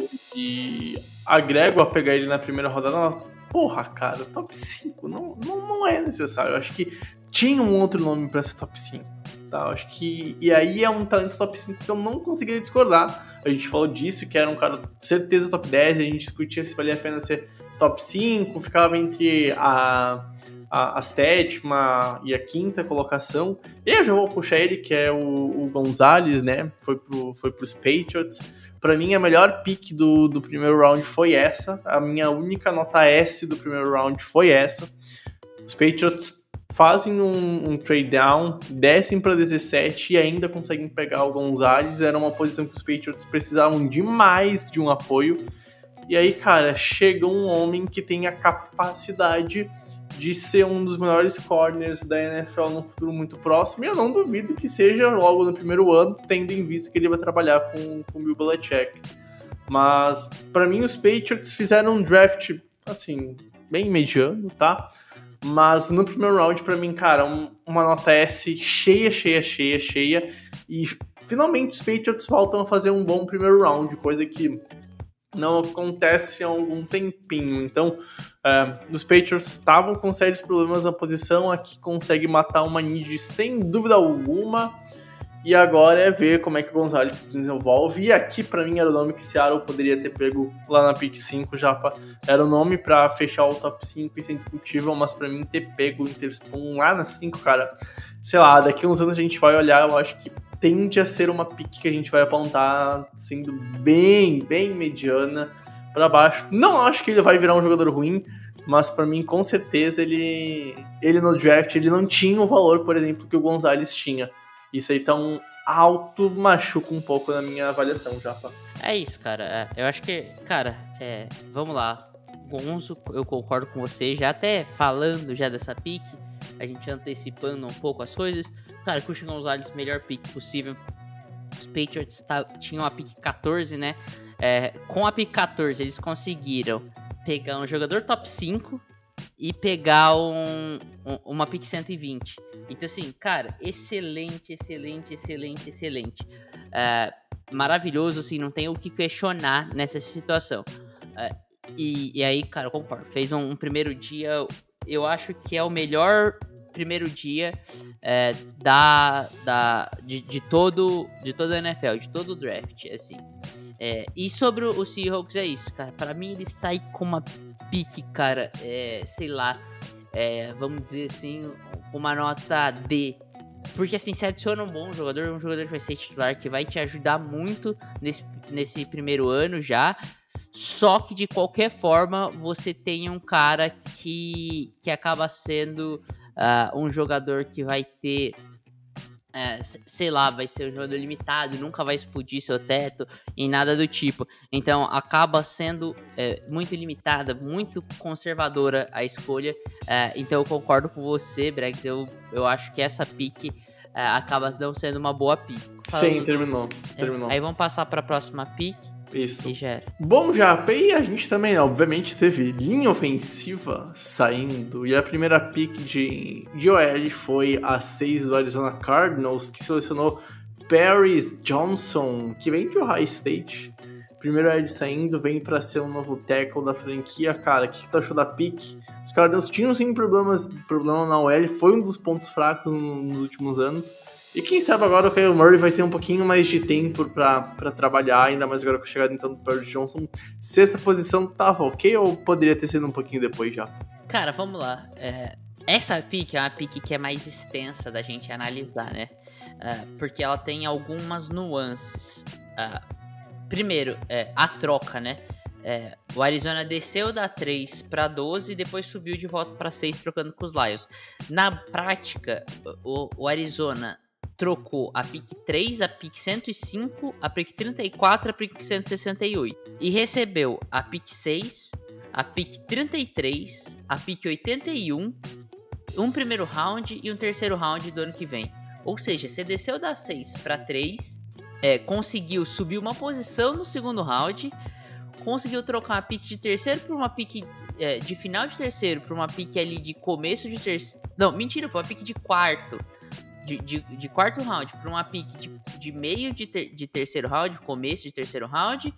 [SPEAKER 3] e agrego a pegar ele na primeira rodada. Porra, cara, top cinco não, não, não é necessário. Eu acho que tinha um outro nome pra ser top cinco, tá? Eu acho que... E aí é um talento top cinco que eu não conseguiria discordar. A gente falou disso, que era um cara, certeza, top dez, a gente discutia se valia a pena ser top cinco, ficava entre a, a, a sétima e a quinta colocação. E eu já vou puxar ele, que é o, o Gonzalez, né? Foi, pro, foi pros Patriots. Pra mim, a melhor pick do, do primeiro round foi essa. A minha única nota S do primeiro round foi essa. Os Patriots fazem um, um trade down, descem para dezessete e ainda conseguem pegar o Gonzalez. Era uma posição que os Patriots precisavam demais de um apoio. E aí, cara, chega um homem que tem a capacidade de ser um dos melhores corners da N F L no futuro muito próximo. E eu não duvido que seja logo no primeiro ano, tendo em vista que ele vai trabalhar com, com o Bill Belichick. Mas, para mim, os Patriots fizeram um draft, assim, bem mediano, tá? Mas no primeiro round, pra mim, cara, um, uma nota S cheia, cheia, cheia, cheia. E finalmente os Patriots voltam a fazer um bom primeiro round, coisa que não acontece há algum tempinho. Então, é, os Patriots estavam com sérios problemas na posição, aqui consegue matar uma need sem dúvida alguma. E agora é ver como é que o Gonzalez se desenvolve. E aqui, pra mim, era o nome que Seattle poderia ter pego lá na pick cinco, já era o nome pra fechar o top cinco e ser indiscutível, mas pra mim ter pego o Witherspoon lá na cinco, cara, sei lá, daqui a uns anos a gente vai olhar, eu acho que tende a ser uma pick que a gente vai apontar sendo bem, bem mediana para baixo. Não acho que ele vai virar um jogador ruim, mas para mim, com certeza, ele, ele no draft ele não tinha o valor, por exemplo, que o Gonzalez tinha. Isso aí tá um alto machuca um pouco na minha avaliação, Japa.
[SPEAKER 1] É isso, cara. É, eu acho que, cara, é, vamos lá. Gonzo, eu concordo com você, já até falando já dessa pick, a gente antecipando um pouco as coisas. Cara, Christian Gonzalez, melhor pick possível. Os Patriots tá, tinham a pick catorze, né? É, com a pick catorze, eles conseguiram pegar um jogador top cinco e pegar um, um, uma pick cento e vinte. Então, assim, cara, excelente, excelente, excelente, excelente. É, maravilhoso, assim, não tem o que questionar nessa situação. É, e, e aí, cara, eu concordo. Fez um, um primeiro dia, eu acho que é o melhor primeiro dia é, da, da, de, de, todo, de toda a N F L, de todo o draft, assim. É, e sobre o Seahawks é isso, cara. Pra mim, ele sai com uma pique, cara, é, sei lá, é, vamos dizer assim, com uma nota D. Porque, assim, se adiciona um bom jogador, um jogador que vai ser titular, que vai te ajudar muito nesse, nesse primeiro ano já. Só que, de qualquer forma, você tem um cara que, que acaba sendo uh, um jogador que vai ter... É, sei lá, vai ser um jogador limitado, nunca vai explodir seu teto e nada do tipo. Então acaba sendo é, muito limitada, muito conservadora a escolha. É, então eu concordo com você, Bregs. Eu, eu acho que essa pick é, acaba não sendo uma boa pick. Falando
[SPEAKER 3] Sim, terminou.
[SPEAKER 1] É,
[SPEAKER 3] terminou.
[SPEAKER 1] Aí vamos passar para a próxima pick.
[SPEAKER 3] Isso.
[SPEAKER 1] E já era.
[SPEAKER 3] Bom, Japa, e a gente também, obviamente, teve linha ofensiva saindo, e a primeira pick de, de O L foi a seis do Arizona Cardinals, que selecionou Paris Johnson, que vem de Ohio State. Primeiro O L saindo, vem para ser um novo tackle da franquia. Cara, o que, que tu achou da pick? Os Cardinals tinham sim problemas, problema na O L, foi um dos pontos fracos nos últimos anos. E quem sabe agora o Kyle Murray vai ter um pouquinho mais de tempo pra, pra trabalhar, ainda mais agora com a chegada então do Paris Johnson. Sexta posição tava ok ou poderia ter sido um pouquinho depois já?
[SPEAKER 1] Cara, vamos lá. É, essa pick é uma pick que é mais extensa da gente analisar, né? É, porque ela tem algumas nuances. É, primeiro, é, a troca, né? É, o Arizona desceu da três para doze e depois subiu de volta para seis, trocando com os Lions. Na prática, o, o Arizona trocou a pick três, a pick cento e cinco, a pick trinta e quatro, a pick cento e sessenta e oito. E recebeu a pick seis, a pick trinta e três, a pick oitenta e um, um primeiro round e um terceiro round do ano que vem. Ou seja, você desceu da seis para três, é, conseguiu subir uma posição no segundo round, conseguiu trocar uma pick de terceiro por uma pick é, de final de terceiro para uma pick ali de começo de terceiro. Não, mentira, foi uma pick de quarto. De, de, de quarto round para uma pick de, de meio de, ter, de terceiro round, começo de terceiro round.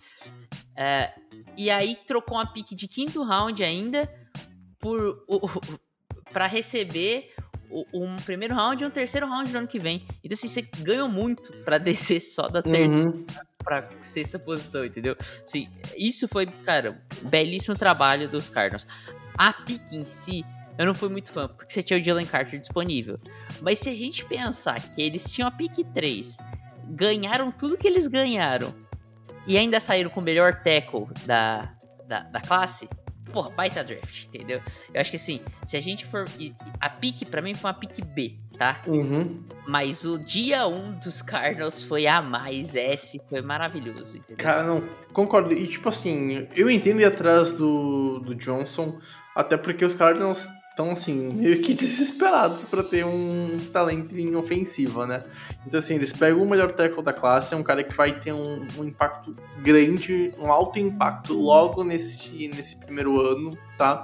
[SPEAKER 1] É, e aí trocou uma pick de quinto round ainda por para receber o, um primeiro round e um terceiro round do ano que vem. Então assim, você ganhou muito para descer só da terceira uhum. para sexta posição, entendeu? Assim, isso foi, cara, um belíssimo trabalho dos Cardinals. A pick em si, eu não fui muito fã, porque você tinha o Jalen Carter disponível. Mas se a gente pensar que eles tinham a pick três, ganharam tudo que eles ganharam, e ainda saíram com o melhor tackle da, da, da classe, porra, baita draft, entendeu? Eu acho que assim, se a gente for... A pick, pra mim, foi uma pick B, tá?
[SPEAKER 3] Uhum.
[SPEAKER 1] Mas o dia um dos Cardinals foi A mais S, foi maravilhoso, entendeu?
[SPEAKER 3] Cara, não, concordo. E tipo assim, eu entendo ir atrás do, do Johnson, até porque os Cardinals estão, assim, meio que desesperados para ter um talento em ofensiva, né? Então, assim, eles pegam o melhor tackle da classe, é um cara que vai ter um, um impacto grande, um alto impacto logo nesse, nesse primeiro ano, tá?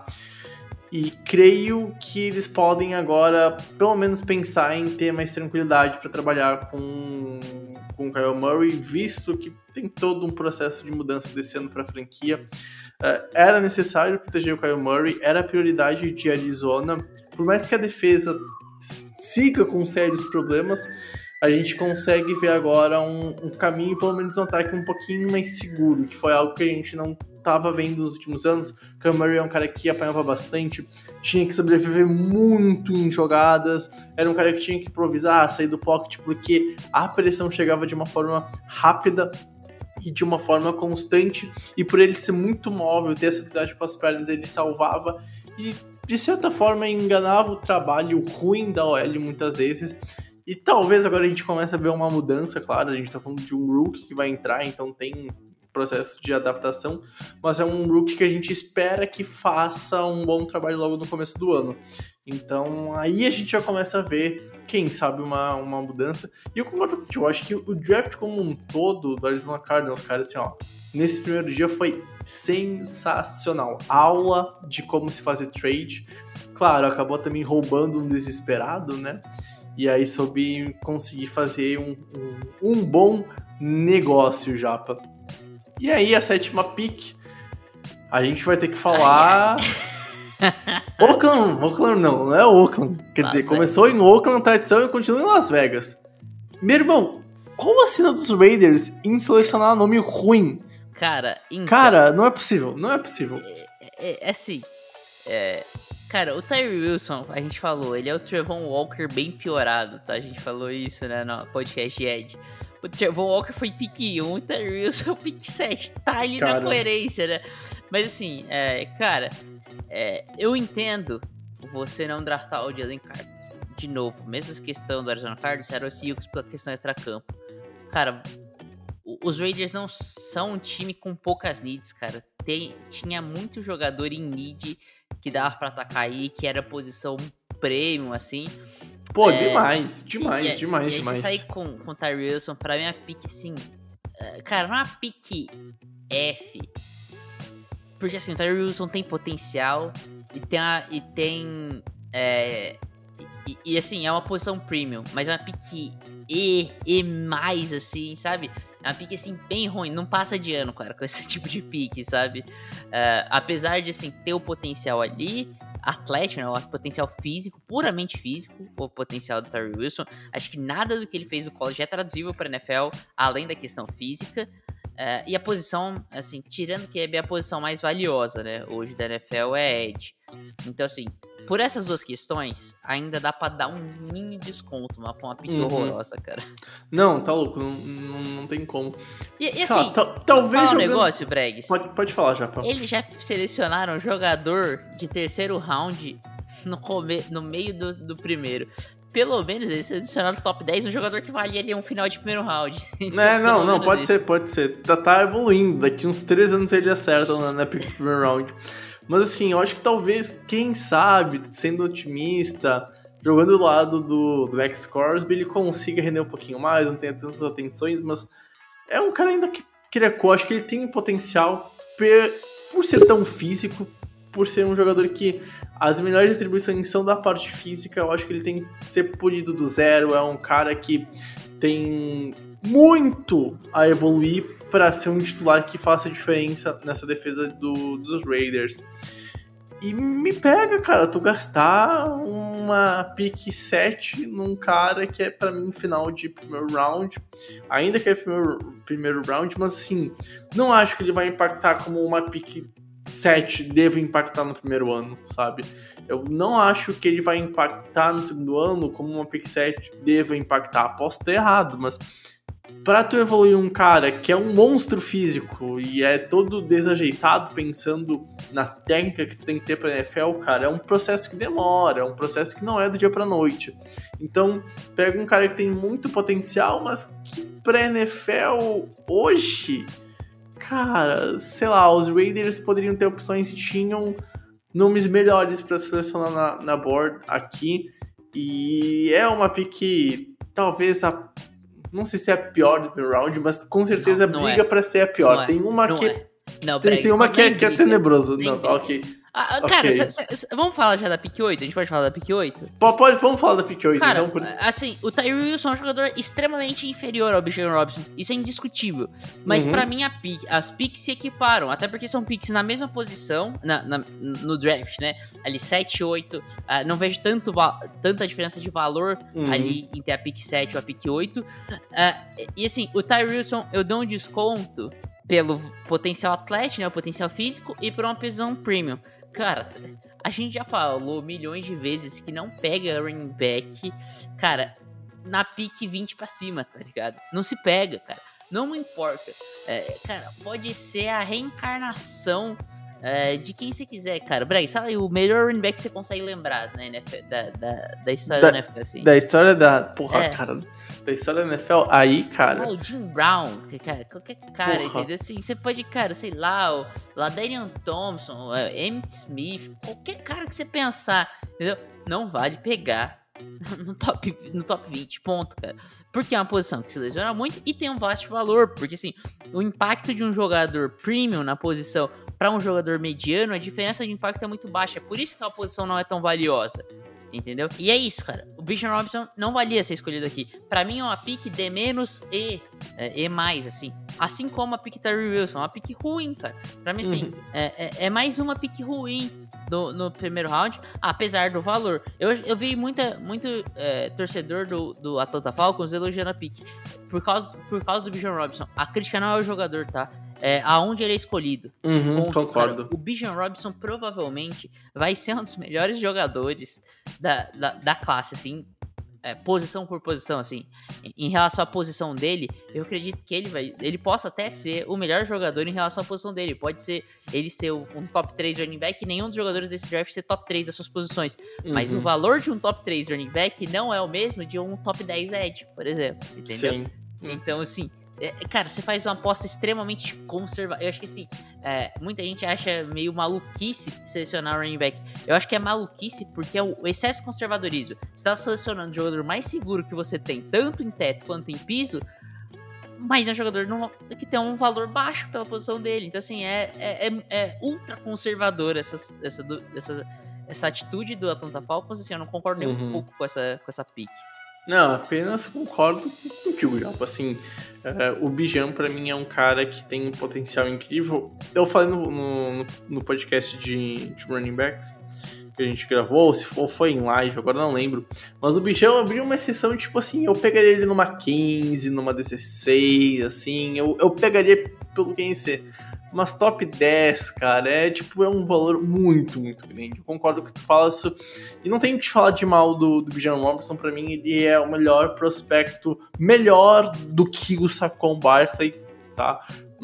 [SPEAKER 3] E creio que eles podem agora, pelo menos, pensar em ter mais tranquilidade para trabalhar com, com o Kyle Murray, visto que tem todo um processo de mudança desse ano para a franquia. Uh, era necessário proteger o Kyle Murray, era a prioridade de Arizona. Por mais que a defesa siga com sérios problemas, a gente consegue ver agora um, um caminho, pelo menos um ataque um pouquinho mais seguro, que foi algo que a gente não tava vendo nos últimos anos, o Kyler Murray é um cara que apanhava bastante, tinha que sobreviver muito em jogadas, era um cara que tinha que improvisar, sair do pocket, porque a pressão chegava de uma forma rápida e de uma forma constante, e por ele ser muito móvel, ter essa habilidade com as pernas, ele salvava e, de certa forma, enganava o trabalho ruim da O L muitas vezes. E talvez agora a gente comece a ver uma mudança, claro, a gente tá falando de um rookie que vai entrar, então tem processo de adaptação, mas é um rookie que a gente espera que faça um bom trabalho logo no começo do ano. Então aí a gente já começa a ver, quem sabe, uma, uma mudança. E eu concordo com o Tio, acho que o draft como um todo do Arizona Cardinals, cara, assim, ó, nesse primeiro dia foi sensacional. Aula de como se fazer trade. Claro, acabou também roubando um desesperado, né? E aí soube conseguir fazer um, um, um bom negócio, Japa. E aí a sétima pick, a gente vai ter que falar... Oakland, Oakland não, não é Oakland. Quer Las dizer, Vegas. Começou em Oakland, tradição, e continua em Las Vegas. Meu irmão, qual a cena dos Raiders em selecionar nome ruim?
[SPEAKER 1] Cara, então...
[SPEAKER 3] Cara, não é possível, não é possível.
[SPEAKER 1] É, é, é assim... É... Cara, o Tyree Wilson, a gente falou, ele é o Trevon Walker bem piorado, tá? A gente falou isso, né, no podcast de Ed. O Trevon Walker foi pique um, o Tyree Wilson é o pique sete. Tá ali cara. Na coerência, né? Mas assim, é, cara, é, eu entendo você não draftar o Jalen Carter. De novo, mesma questão do Arizona Cardinals, era o Seahawks pela questão extracampo. Cara, os Raiders não são um time com poucas needs, cara. Tem, tinha muito jogador em need que dava pra atacar aí, que era posição premium, assim.
[SPEAKER 3] Pô,
[SPEAKER 1] é,
[SPEAKER 3] demais, demais,
[SPEAKER 1] e,
[SPEAKER 3] demais,
[SPEAKER 1] e
[SPEAKER 3] demais.
[SPEAKER 1] E sair com, com o Tyree Wilson, pra mim, a pick, sim. Uh, cara, não é uma pick F. Porque, assim, o Tyree Wilson tem potencial e tem... A, e, tem é, e, e, assim, é uma posição premium, mas é uma pick E, E mais, assim, sabe? É uma pique, assim, bem ruim. Não passa de ano, cara, com esse tipo de pique, sabe? Uh, apesar de, assim, ter o potencial ali, atlético, né? O potencial físico, puramente físico, o potencial do Tyree Wilson. Acho que nada do que ele fez no college é traduzível pra N F L, além da questão física. Uh, e a posição, assim, tirando que é a posição mais valiosa, né? Hoje da N F L é Edge. Então, assim, por essas duas questões, ainda dá pra dar um mini desconto, uma, uma pique uhum. horrorosa, cara.
[SPEAKER 3] Não, tá louco, não, não, não tem como.
[SPEAKER 1] E, e assim,
[SPEAKER 3] talvez
[SPEAKER 1] um
[SPEAKER 3] jogando...
[SPEAKER 1] negócio, Bregs.
[SPEAKER 3] Pode, pode falar, Japa.
[SPEAKER 1] Eles já selecionaram um jogador de terceiro round no, come... no meio do, do primeiro. Pelo menos eles selecionaram o top dez, um jogador que valia ali um final de primeiro round.
[SPEAKER 3] É, não, não, pode isso. ser, pode ser. Tá, tá evoluindo, daqui uns três anos ele acerta na, na pick do primeiro round. Mas assim, eu acho que talvez, quem sabe, sendo otimista, jogando do lado do, do Max Crosby, ele consiga render um pouquinho mais, não tenha tantas atenções, mas é um cara ainda que crecou, acho que ele tem potencial per, por ser tão físico, por ser um jogador que as melhores atribuições são da parte física, eu acho que ele tem que ser polido do zero, é um cara que tem muito a evoluir para ser um titular que faça diferença nessa defesa do, dos Raiders. E me pega, cara, tu gastar uma pick sete num cara que é pra mim final de primeiro round, ainda que é primeiro, primeiro round, mas assim, não acho que ele vai impactar como uma pick sete deve impactar no primeiro ano, sabe? Eu não acho que ele vai impactar no segundo ano como uma pick sete deve impactar. Posso ter errado, mas pra tu evoluir um cara que é um monstro físico e é todo desajeitado pensando na técnica que tu tem que ter pra N F L, cara, é um processo que demora, é um processo que não é do dia pra noite. Então, pega um cara que tem muito potencial, mas que pra N F L hoje, cara, sei lá, os Raiders poderiam ter opções e tinham nomes melhores pra selecionar na, na board aqui. E é uma pick, talvez a não sei se é a pior do primeiro round, mas com certeza não, não briga é. pra ser a pior. Não tem uma
[SPEAKER 1] é.
[SPEAKER 3] que.
[SPEAKER 1] É. Não,
[SPEAKER 3] tem, tem uma que é, que é tenebrosa. Não,
[SPEAKER 1] briga.
[SPEAKER 3] ok.
[SPEAKER 1] Ah, cara, okay. cê, cê, vamos falar já da pick oito? A gente pode falar da pick oito?
[SPEAKER 3] Pode, pode vamos falar da pick oito.
[SPEAKER 1] Cara,
[SPEAKER 3] então, por...
[SPEAKER 1] assim, o Tyree Wilson é um jogador extremamente inferior ao Bijan Robinson. Isso é indiscutível. Mas uhum. pra mim, a pick, as picks se equiparam. Até porque são picks na mesma posição, na, na, no draft, né? Ali sete, oito. Uh, não vejo tanto, tanta diferença de valor uhum. ali em ter a pick sete ou a pick oito. Uh, e assim, o Tyree Wilson, eu dou um desconto pelo potencial atlético, né, o potencial físico, e por uma posição premium. Cara, a gente já falou milhões de vezes que não pega running back, cara, na pique vinte pra cima, tá ligado? Não se pega, cara. Não importa. É, cara, pode ser a reencarnação é, de quem você quiser, cara. Breg, sabe o melhor running back que você consegue lembrar, né, da, da, da história da, da N F L, assim?
[SPEAKER 3] Da história da... Porra,
[SPEAKER 1] é.
[SPEAKER 3] cara... Da história da N F L, aí, cara...
[SPEAKER 1] Ah, o Jim Brown, cara, qualquer cara,
[SPEAKER 3] Porra.
[SPEAKER 1] entendeu? Assim, você pode, cara, sei lá, o LaDainian Thompson, o Emmitt Smith, qualquer cara que você pensar, entendeu? Não vale pegar no top, no top vinte, ponto, cara. Porque é uma posição que se lesiona muito e tem um vasto valor, porque, assim, o impacto de um jogador premium na posição para um jogador mediano, a diferença de impacto é muito baixa, por isso que a posição não é tão valiosa. Entendeu? E é isso, cara. O Bijan Robinson não valia ser escolhido aqui. Pra mim é uma pick D menos e é, E mais, assim. Assim como a pick Terry Wilson. Uma pick ruim, cara. Pra mim, assim, uhum. é, é, é mais uma pick ruim do, no primeiro round, apesar do valor. Eu, eu vi muita, muito é, torcedor do, do Atlanta Falcons elogiando a pick por causa, por causa do Bijan Robinson. A crítica não é o jogador, tá? É, aonde ele é escolhido.
[SPEAKER 3] Uhum,
[SPEAKER 1] Ponto,
[SPEAKER 3] concordo.
[SPEAKER 1] Cara. O Bijan Robinson provavelmente vai ser um dos melhores jogadores da, da, da classe, assim, é, posição por posição, assim. Em, em relação à posição dele, eu acredito que ele vai, ele possa até ser o melhor jogador em relação à posição dele. Pode ser ele ser um top três running back e nenhum dos jogadores desse draft ser top três das suas posições. Uhum. Mas o valor de um top três running back não é o mesmo de um top dez edge, por exemplo. Entendeu?
[SPEAKER 3] Sim.
[SPEAKER 1] Então, assim... É, cara, você faz uma aposta extremamente conservadora. Eu acho que assim, é, muita gente acha meio maluquice selecionar o running back. Eu acho que é maluquice porque é o excesso de conservadorismo. Você tá selecionando o jogador mais seguro que você tem, tanto em teto quanto em piso, mas é um jogador não, que tem um valor baixo pela posição dele. Então, assim, é, é, é, é ultra conservador essa, essa, essa, essa atitude do Atlanta Falcons. Assim, eu não concordo nem uhum. um pouco com essa, com essa pick.
[SPEAKER 3] Não, apenas concordo contigo, Japa. Assim, uh, o Bijan, pra mim, é um cara que tem um potencial incrível. Eu falei no, no, no podcast de, de running backs que a gente gravou, se for, foi em live, agora não lembro. Mas o Bijan abriu uma exceção, tipo assim, eu pegaria ele numa quinze, numa dezesseis, assim, eu, eu pegaria pelo Q C. Mas top dez, cara, é tipo, é um valor muito, muito grande. Eu concordo que tu fala isso. E não tenho que te falar de mal do, do Bijan Robinson. Pra mim, ele é o melhor prospecto, melhor do que o Saquon Barkley, tá?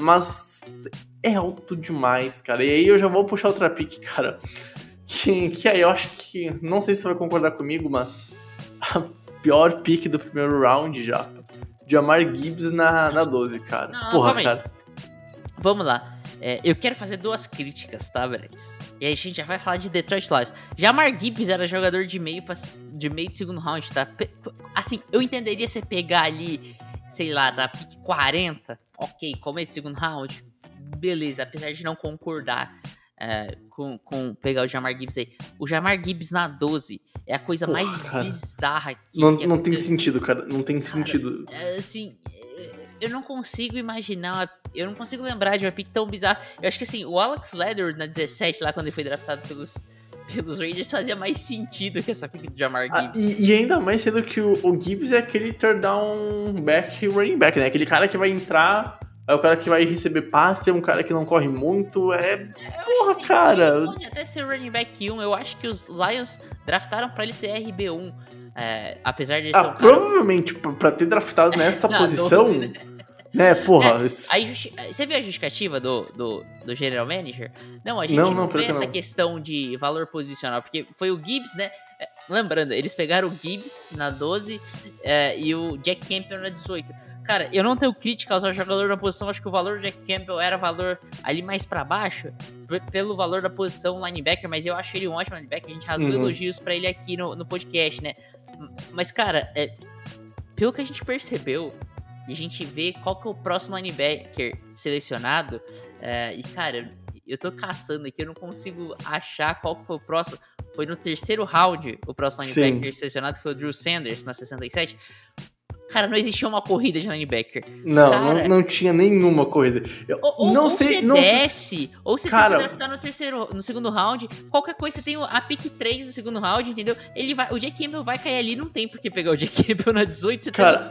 [SPEAKER 3] Mas é alto demais, cara. E aí eu já vou puxar outra pick, cara. Que, que aí eu acho que, não sei se tu vai concordar comigo, mas a pior pick do primeiro round já. Jahmar Gibbs na, na doze, cara.
[SPEAKER 1] Não,
[SPEAKER 3] Porra, cara.
[SPEAKER 1] Vamos lá. É, eu quero fazer duas críticas, tá, Brex? E aí a gente já vai falar de Detroit Lions. Jahmar Gibbs era jogador de meio, pra, de meio de segundo round, tá? Assim, eu entenderia você pegar ali, sei lá, na pick quarenta, ok, começo de segundo round, beleza, apesar de não concordar é, com, com pegar o Jahmar Gibbs aí. O Jahmar Gibbs na doze é a coisa Porra, mais cara. bizarra que
[SPEAKER 3] Não,
[SPEAKER 1] que
[SPEAKER 3] não tem sentido, cara, não tem
[SPEAKER 1] cara,
[SPEAKER 3] sentido.
[SPEAKER 1] É, assim... Eu não consigo imaginar, eu não consigo lembrar de uma pick tão bizarra. Eu acho que assim, o Alex Leather na dezessete, lá quando ele foi draftado pelos, pelos Raiders, fazia mais sentido que essa pick do Jahmar Gibbs.
[SPEAKER 3] Ah, e, e ainda mais sendo que o, o Gibbs é aquele third down back running back, né? Aquele cara que vai entrar, é o cara que vai receber passe, é um cara que não corre muito, é...
[SPEAKER 1] Eu
[SPEAKER 3] Porra,
[SPEAKER 1] assim,
[SPEAKER 3] cara!
[SPEAKER 1] Ele pode até ser running back um, eu acho que os Lions draftaram pra ele ser R B um. É, apesar de ele
[SPEAKER 3] ah,
[SPEAKER 1] ser um
[SPEAKER 3] provavelmente, cara... pra ter draftado nessa posição... doze, né? Né, porra.
[SPEAKER 1] É, aí justi... Você viu a justificativa do, do, do General Manager? Não, a gente
[SPEAKER 3] não,
[SPEAKER 1] não,
[SPEAKER 3] não
[SPEAKER 1] vê
[SPEAKER 3] que
[SPEAKER 1] essa
[SPEAKER 3] não.
[SPEAKER 1] questão de valor posicional, porque foi o Gibbs, né? Lembrando, eles pegaram o Gibbs na doze é, e o Jack Campbell na dezoito. Cara, eu não tenho crítica ao jogador na posição, acho que o valor do Jack Campbell era valor ali mais pra baixo, pelo valor da posição linebacker, mas eu acho ele um ótimo linebacker, a gente rasgou uhum. elogios pra ele aqui no, no podcast, né? Mas, cara, é, pelo que a gente percebeu, e a gente vê qual que é o próximo linebacker selecionado. É, e, cara, eu tô caçando aqui, eu não consigo achar qual que foi o próximo. Foi no terceiro round o próximo linebacker Sim. selecionado, que foi o Drew Sanders, na sessenta e sete. Cara, não existia uma corrida de linebacker.
[SPEAKER 3] Não,
[SPEAKER 1] cara,
[SPEAKER 3] não, não tinha nenhuma corrida. Eu
[SPEAKER 1] ou,
[SPEAKER 3] não
[SPEAKER 1] ou
[SPEAKER 3] sei,
[SPEAKER 1] você
[SPEAKER 3] não
[SPEAKER 1] desce,
[SPEAKER 3] sei.
[SPEAKER 1] ou você
[SPEAKER 3] cara,
[SPEAKER 1] tem que draftar no terceiro, no segundo round. Qualquer coisa, você tem a pick três do segundo round, entendeu? Ele vai, o Jack Campbell vai cair ali, não tem por que pegar o Jack Campbell na dezoito. Você
[SPEAKER 3] cara,
[SPEAKER 1] tá...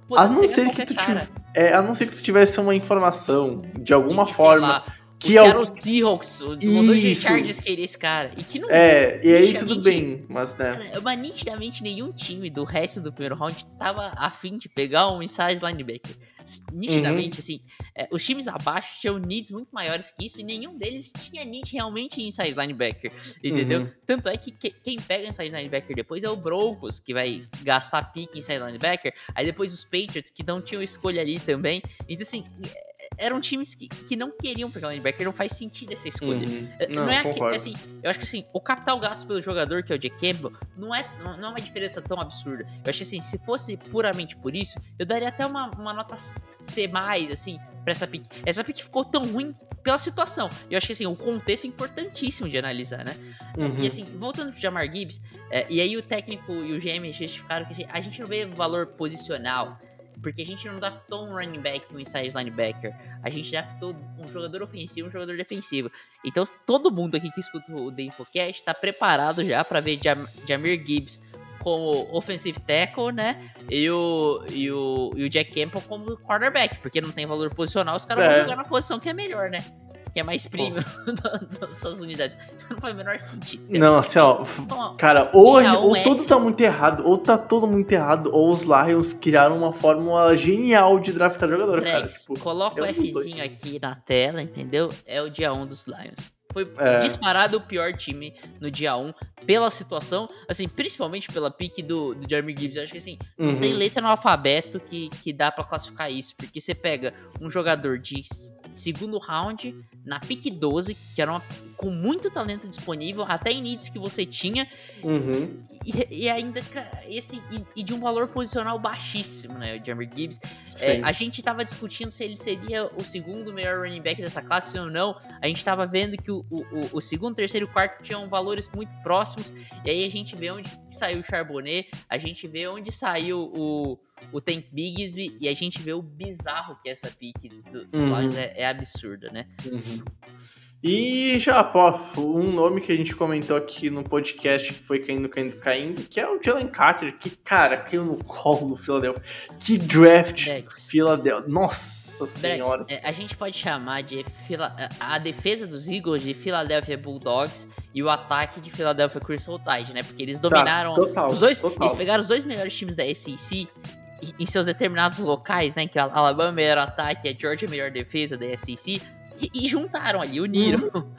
[SPEAKER 3] a não ser que tu tivesse, é, a não ser que tu tivesse uma informação de alguma
[SPEAKER 1] de,
[SPEAKER 3] forma
[SPEAKER 1] lá,
[SPEAKER 3] que
[SPEAKER 1] o
[SPEAKER 3] é
[SPEAKER 1] Seattle Seahawks, o Los Angeles Chargers queria esse cara. E que não,
[SPEAKER 3] é, e aí tudo bem, mas né.
[SPEAKER 1] Cara, mas nitidamente nenhum time do resto do primeiro round tava afim de pegar um inside linebacker. Nitidamente, uhum. assim, é, os times abaixo tinham needs muito maiores que isso e nenhum deles tinha need realmente em inside linebacker, entendeu? Uhum. Tanto é que, que quem pega inside linebacker depois é o Broncos, que vai gastar pique em inside linebacker, aí depois os Patriots, que não tinham escolha ali também. Então, assim, eram times que, que não queriam pegar linebacker, não faz sentido essa escolha.
[SPEAKER 3] Uhum.
[SPEAKER 1] Não,
[SPEAKER 3] não
[SPEAKER 1] é
[SPEAKER 3] que,
[SPEAKER 1] assim, eu acho que assim, o capital gasto pelo jogador, que é o Jake Campbell, não é, não é uma diferença tão absurda. Eu acho que assim, se fosse puramente por isso, eu daria até uma, uma nota C mais, assim, pra essa pick. Essa pick ficou tão ruim pela situação. Eu acho que assim, o contexto é importantíssimo de analisar, né?
[SPEAKER 3] Uhum.
[SPEAKER 1] E assim, voltando pro Jahmyr Gibbs, é, e aí o técnico e o G M justificaram que assim, a gente não vê valor posicional, porque a gente não draftou um running back e um inside linebacker. A gente draftou um jogador ofensivo e um jogador defensivo. Então, todo mundo aqui que escuta o The Infocast tá preparado já pra ver Jam- Jahmyr Gibbs como offensive tackle, né? E o, e o, e o Jack Campbell como quarterback, porque não tem valor posicional, os caras é. vão jogar na posição que é melhor, né? Que é mais premium das suas unidades. Então não faz o menor sentido.
[SPEAKER 3] Não, assim, ó. Então, cara, ou, ou um tudo tá muito errado, ou tá tudo muito errado, ou os Lions criaram uma fórmula genial de draftar jogador,
[SPEAKER 1] Brex,
[SPEAKER 3] cara. Tipo,
[SPEAKER 1] coloca
[SPEAKER 3] é
[SPEAKER 1] o Fzinho aqui na tela, entendeu? É o dia um dos Lions. Foi
[SPEAKER 3] é.
[SPEAKER 1] disparado o pior time no dia um, pela situação, assim, principalmente pela pique do, do Jahmyr Gibbs. Eu acho que assim,
[SPEAKER 3] uhum.
[SPEAKER 1] não tem letra no alfabeto que, que dá pra classificar isso, porque você pega um jogador de segundo round, na pick doze, que era uma, com muito talento disponível, até em needs que você tinha,
[SPEAKER 3] uhum.
[SPEAKER 1] e, e ainda esse, e, e de um valor posicional baixíssimo, né, o Jahmyr Gibbs. É, a gente tava discutindo se ele seria o segundo melhor running back dessa classe ou não. A gente tava vendo que o, o, o segundo, terceiro e quarto tinham valores muito próximos, e aí a gente vê onde saiu o Charbonnet, a gente vê onde saiu o, o Tank Bigsby, e a gente vê o bizarro que essa pique do, dos uhum. Lions é, é absurda, né?
[SPEAKER 3] Uhum. E já, pô, um nome que a gente comentou aqui no podcast que foi caindo, caindo, caindo, que é o Jalen Carter, que, cara, caiu no colo do Philadelphia. Que draft Philadelphia. Nossa senhora.
[SPEAKER 1] Brex, a gente pode chamar de Fila... a defesa dos Eagles de Philadelphia Bulldogs e o ataque de Philadelphia Crystal Tide, né? Porque eles dominaram
[SPEAKER 3] tá, total,
[SPEAKER 1] os dois.
[SPEAKER 3] Total.
[SPEAKER 1] Eles pegaram os dois melhores times da S E C em seus determinados locais, né? Que a Alabama é melhor ataque e a Georgia é melhor defesa da S E C. E, e juntaram ali, uniram. Uhum.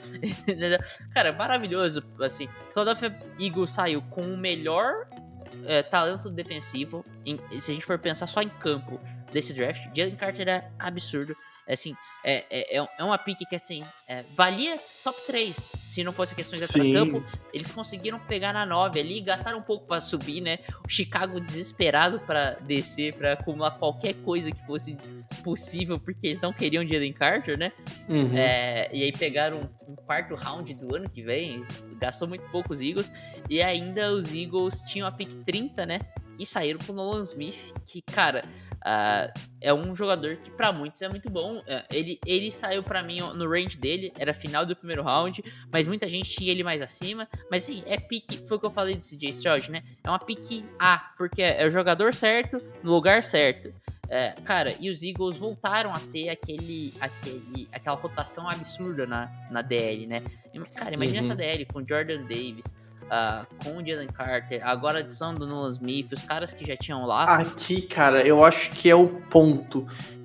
[SPEAKER 1] Cara, maravilhoso. Assim, Philadelphia Eagles saiu com o melhor é, talento defensivo. Em, se a gente for pensar só em campo desse draft, Jalen Carter é absurdo. Assim, é, é, é uma pick que assim, é, valia top três. Se não fosse questões extra-campo, eles conseguiram pegar na nove ali, gastaram um pouco pra subir, né? O Chicago desesperado pra descer, pra acumular qualquer coisa que fosse possível, porque eles não queriam Jalen Carter, né?
[SPEAKER 3] Uhum.
[SPEAKER 1] É, e aí pegaram um quarto round do ano que vem, gastou muito pouco os Eagles, e ainda os Eagles tinham a pick trinta, né? E saíram pro Nolan Smith, que, cara, uh, é um jogador que pra muitos é muito bom. Uh, ele, ele saiu pra mim no range dele, era final do primeiro round, mas muita gente tinha ele mais acima. Mas assim, é pique, foi o que eu falei do C J Stroud, né? É uma pique A, porque é o jogador certo, no lugar certo. É, cara, e os Eagles voltaram a ter aquele, aquele, aquela rotação absurda na, na D L, né? Cara, imagina uhum. essa D L com Jordan Davis, Uh, com o Jalen Carter, agora a adição do Nolan Smith, os caras que já tinham lá.
[SPEAKER 3] Aqui, cara, eu acho que é o ponto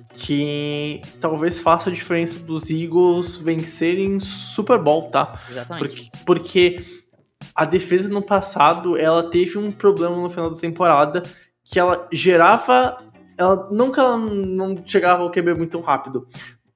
[SPEAKER 3] que talvez faça a diferença dos Eagles vencerem Super Bowl, tá?
[SPEAKER 1] Exatamente.
[SPEAKER 3] Porque, porque a defesa no passado, ela teve um problema no final da temporada que ela gerava, ela nunca ela não chegava ao Q B muito rápido,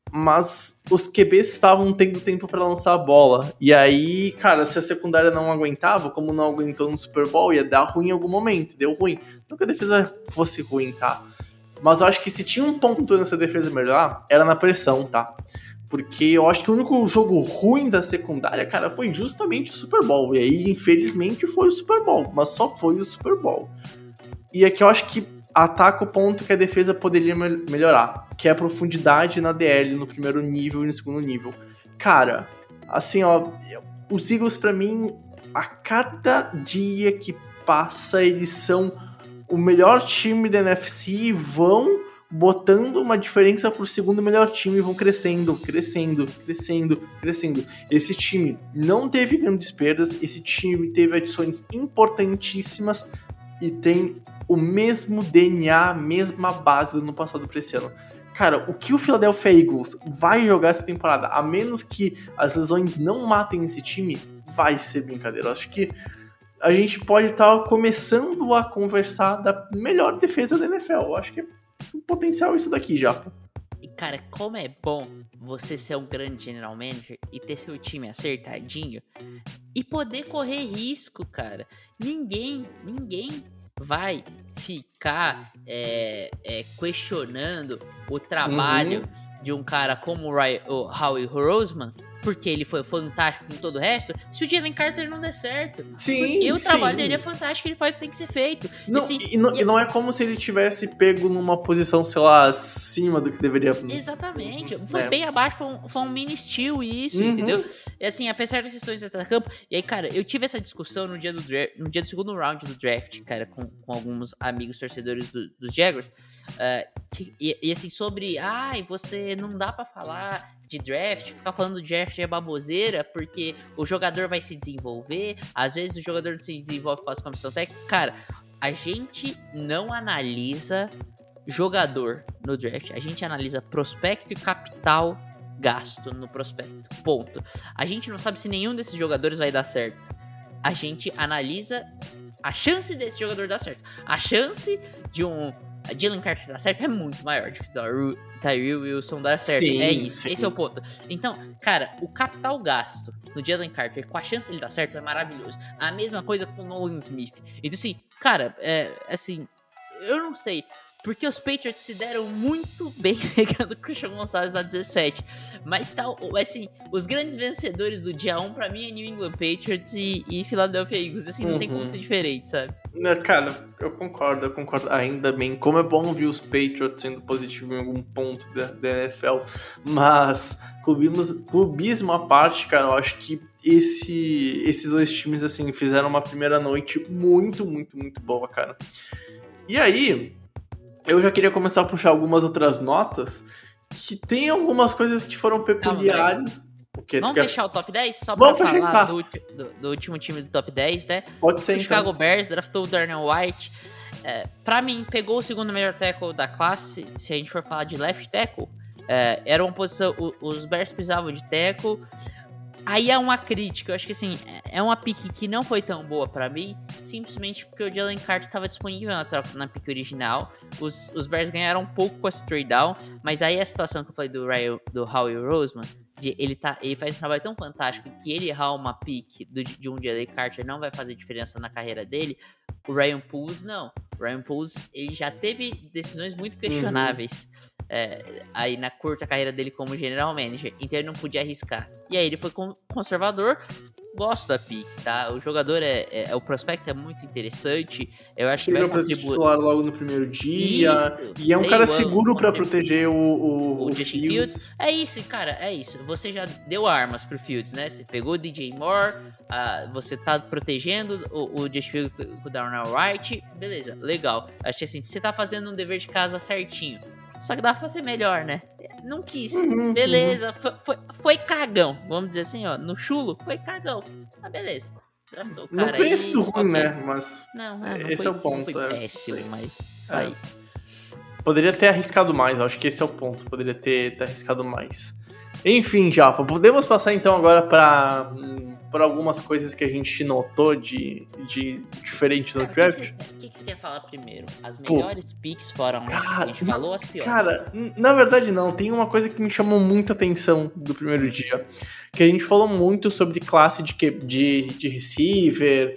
[SPEAKER 3] mas os Q Bs estavam tendo tempo para lançar a bola. E aí, cara, se a secundária não aguentava, como não aguentou no Super Bowl, ia dar ruim em algum momento. Deu ruim. Não que a defesa fosse ruim, tá? Mas eu acho que se tinha um ponto nessa defesa melhor, era na pressão, tá? Porque eu acho que o único jogo ruim da secundária, cara, foi justamente o Super Bowl. E aí, infelizmente, foi o Super Bowl. Mas só foi o Super Bowl. E aqui eu acho que ataca o ponto que a defesa poderia me- melhorar, que é a profundidade na D L, no primeiro nível e no segundo nível. Cara, assim, ó, os Eagles, pra mim, a cada dia que passa, eles são o melhor time da N F C e vão botando uma diferença pro segundo melhor time e vão crescendo, crescendo, crescendo, crescendo. Esse time não teve grandes perdas, esse time teve adições importantíssimas e tem o mesmo D N A, a mesma base do ano passado para esse ano. Cara, o que o Philadelphia Eagles vai jogar essa temporada, a menos que as lesões não matem esse time, vai ser brincadeira. Eu acho que a gente pode estar começando a conversar da melhor defesa da N F L. Eu acho que tem potencial isso daqui já.
[SPEAKER 1] E cara, como é bom você ser um grande general manager e ter seu time acertadinho e poder correr risco, cara. Ninguém, ninguém vai ficar é, é, questionando o trabalho uhum. de um cara como o, Ryan, o Howie Roseman, porque ele foi fantástico com todo o resto, se o Jalen Carter não der certo.
[SPEAKER 3] Sim,
[SPEAKER 1] porque o
[SPEAKER 3] sim.
[SPEAKER 1] trabalho dele é fantástico, ele faz o que tem que ser feito.
[SPEAKER 3] Não,
[SPEAKER 1] assim,
[SPEAKER 3] e, não,
[SPEAKER 1] e,
[SPEAKER 3] e não é como se ele tivesse pego numa posição, sei lá, acima do que deveria.
[SPEAKER 1] Exatamente.
[SPEAKER 3] Hum,
[SPEAKER 1] foi
[SPEAKER 3] é.
[SPEAKER 1] bem abaixo, foi um, foi um mini steal isso,
[SPEAKER 3] uhum.
[SPEAKER 1] entendeu? E assim, apesar das questões de campo, e aí, cara, eu tive essa discussão no dia do, draft, no dia do segundo round do draft, cara, com, com alguns amigos torcedores do, dos Jaguars, uh, e, e assim, sobre, ai, você não dá pra falar de draft, ficar falando de draft é baboseira, porque o jogador vai se desenvolver, às vezes o jogador não se desenvolve com a comissão técnica. Cara, a gente não analisa jogador no draft, a gente analisa prospecto e capital gasto no prospecto, ponto. A gente não sabe se nenhum desses jogadores vai dar certo, a gente analisa a chance desse jogador dar certo. A chance de um Jalen Carter dar certo é muito maior do que o Tyree Wilson dar certo. Sim, é isso, sim. Esse é o ponto. Então, cara, o capital gasto no Jalen Carter com a chance dele dar certo é maravilhoso. A mesma coisa com o Nolan Smith. Então, assim, cara, é, assim, eu não sei, porque os Patriots se deram muito bem pegando o Christian Gonzalez na dezessete. Mas, tá, assim, os grandes vencedores do dia um, pra mim, é New England Patriots e, e Philadelphia Eagles. Assim, não uhum. tem como ser diferente, sabe?
[SPEAKER 3] Cara, eu concordo, eu concordo. Ainda bem, como é bom ver os Patriots sendo positivos em algum ponto da, da N F L. Mas, clubismo, clubismo à parte, cara, eu acho que esse, esses dois times, assim, fizeram uma primeira noite muito, muito, muito boa, cara. E aí, eu já queria começar a puxar algumas outras notas, que tem algumas coisas que foram peculiares.
[SPEAKER 1] Não,
[SPEAKER 3] o quê?
[SPEAKER 1] Vamos
[SPEAKER 3] quer...
[SPEAKER 1] fechar o top dez? Só
[SPEAKER 3] Vamos
[SPEAKER 1] pra
[SPEAKER 3] fechar,
[SPEAKER 1] falar
[SPEAKER 3] tá.
[SPEAKER 1] do, do, do último time do top dez, né?
[SPEAKER 3] Pode ser,
[SPEAKER 1] o
[SPEAKER 3] então.
[SPEAKER 1] Chicago Bears draftou o Darnell White. É, pra mim, pegou o segundo melhor tackle da classe. Se a gente for falar de left tackle, é, era uma posição... O, os Bears precisavam de tackle. Aí é uma crítica, eu acho que assim, é uma pick que não foi tão boa pra mim, simplesmente porque o Jalen Carter estava disponível na, na pick original. Os, os Bears ganharam um pouco com esse trade down, mas aí a situação que eu falei do, Ryan, do Howie Roseman, de ele, tá, ele faz um trabalho tão fantástico que ele errar uma pick do, de um Jalen Carter não vai fazer diferença na carreira dele. O Ryan Poles não. O Ryan Poles, ele já teve decisões muito questionáveis. Uhum. É, aí na curta carreira dele como general manager, então ele não podia arriscar, e aí ele foi conservador. Gosto da pick, tá? O jogador é, é, é o prospecto é muito interessante. Eu acho que vai
[SPEAKER 3] contribuir logo no primeiro dia. Isso, e é um cara seguro para proteger o, o,
[SPEAKER 1] o,
[SPEAKER 3] o
[SPEAKER 1] Justin Fields. Fields. É isso, cara, é isso. Você já deu armas pro Fields, né? Você pegou o D J Moore, uh, você tá protegendo o, o Justin Fields com o Darnell Wright, beleza, legal. Acho que assim, você tá fazendo um dever de casa certinho. Só que dá pra ser melhor, né? Não quis. Uhum, beleza. Uhum. Foi, foi, foi cagão. Vamos dizer assim, ó. No chulo, foi cagão. Ah, beleza. Draftou o cara.
[SPEAKER 3] Não foi
[SPEAKER 1] aí,
[SPEAKER 3] esse do ruim, né? Mas.
[SPEAKER 1] Não, não,
[SPEAKER 3] esse
[SPEAKER 1] foi,
[SPEAKER 3] é o ponto.
[SPEAKER 1] Não foi
[SPEAKER 3] é,
[SPEAKER 1] péssimo, mas.
[SPEAKER 3] É.
[SPEAKER 1] Aí.
[SPEAKER 3] Poderia ter arriscado mais. Acho que esse é o ponto. Poderia ter, ter arriscado mais. Enfim, Japa. Podemos passar então agora pra. Por algumas coisas que a gente notou de, de diferente no
[SPEAKER 1] cara,
[SPEAKER 3] draft.
[SPEAKER 1] O que, que, que você quer falar primeiro? As melhores Pô, picks foram as que a gente
[SPEAKER 3] na,
[SPEAKER 1] falou, as piores?
[SPEAKER 3] Cara, na verdade não. Tem uma coisa que me chamou muita atenção do primeiro dia. Que a gente falou muito sobre classe de, de, de receiver.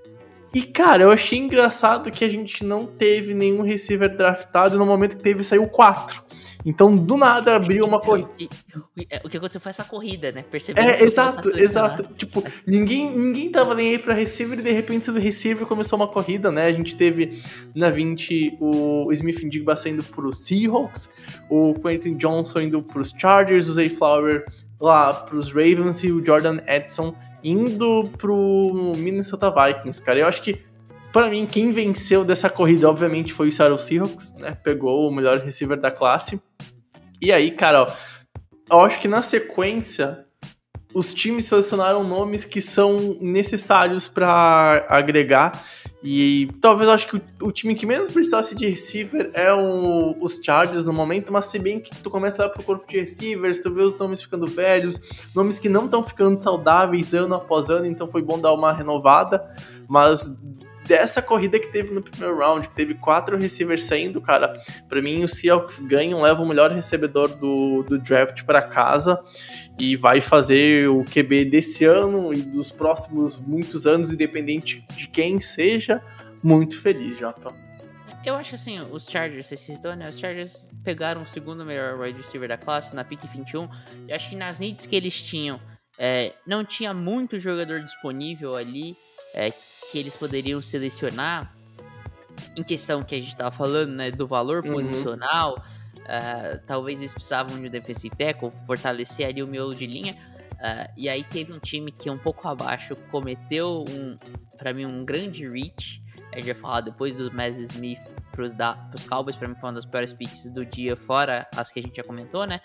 [SPEAKER 3] E, cara, eu achei engraçado que a gente não teve nenhum receiver draftado no momento que teve, saiu quatro. Então, do nada, abriu uma corrida.
[SPEAKER 1] O que aconteceu foi essa corrida, né? Percebeu?
[SPEAKER 3] É, exato, exato. Tipo, ninguém, ninguém tava nem aí pra receiver e de repente do receiver começou uma corrida, né? A gente teve na vinte o Smith Ndigba saindo pro Seahawks, o Quentin Johnson indo pros Chargers, o Zay Flower lá pros Ravens e o Jordan Edson indo pro Minnesota Vikings, cara. Eu acho que Pra mim, quem venceu dessa corrida, obviamente, foi o Seattle Seahawks, né? Pegou o melhor receiver da classe. E aí, cara, ó, eu acho que na sequência, os times selecionaram nomes que são necessários pra agregar. E talvez eu acho que o, o time que menos precisasse de receiver é o, os Chargers no momento, mas se bem que tu começa a ir pro corpo de receivers, tu vê os nomes ficando velhos, nomes que não estão ficando saudáveis ano após ano, então foi bom dar uma renovada, mas dessa corrida que teve no primeiro round, que teve quatro receivers saindo, cara, pra mim os Seahawks ganham, levam o melhor recebedor do, do draft pra casa e vai fazer o Q B desse ano e dos próximos muitos anos, independente de quem seja, muito feliz, Japa.
[SPEAKER 1] Eu acho assim, os Chargers, você citou, né? Os Chargers pegaram o segundo melhor wide receiver da classe na pick vinte e um. Eu acho que nas needs que eles tinham, é, não tinha muito jogador disponível ali, é, que eles poderiam selecionar, em questão que a gente tava falando, né, do valor
[SPEAKER 3] Uhum.
[SPEAKER 1] posicional, uh, talvez eles precisavam de um defensive tackle, fortalecer ali o miolo de linha, uh, e aí teve um time que um pouco abaixo cometeu, um, pra mim, um grande reach, a gente vai falar depois do Maz Smith pros, da, pros Cowboys, pra mim foi uma das piores picks do dia, fora as que a gente já comentou, né,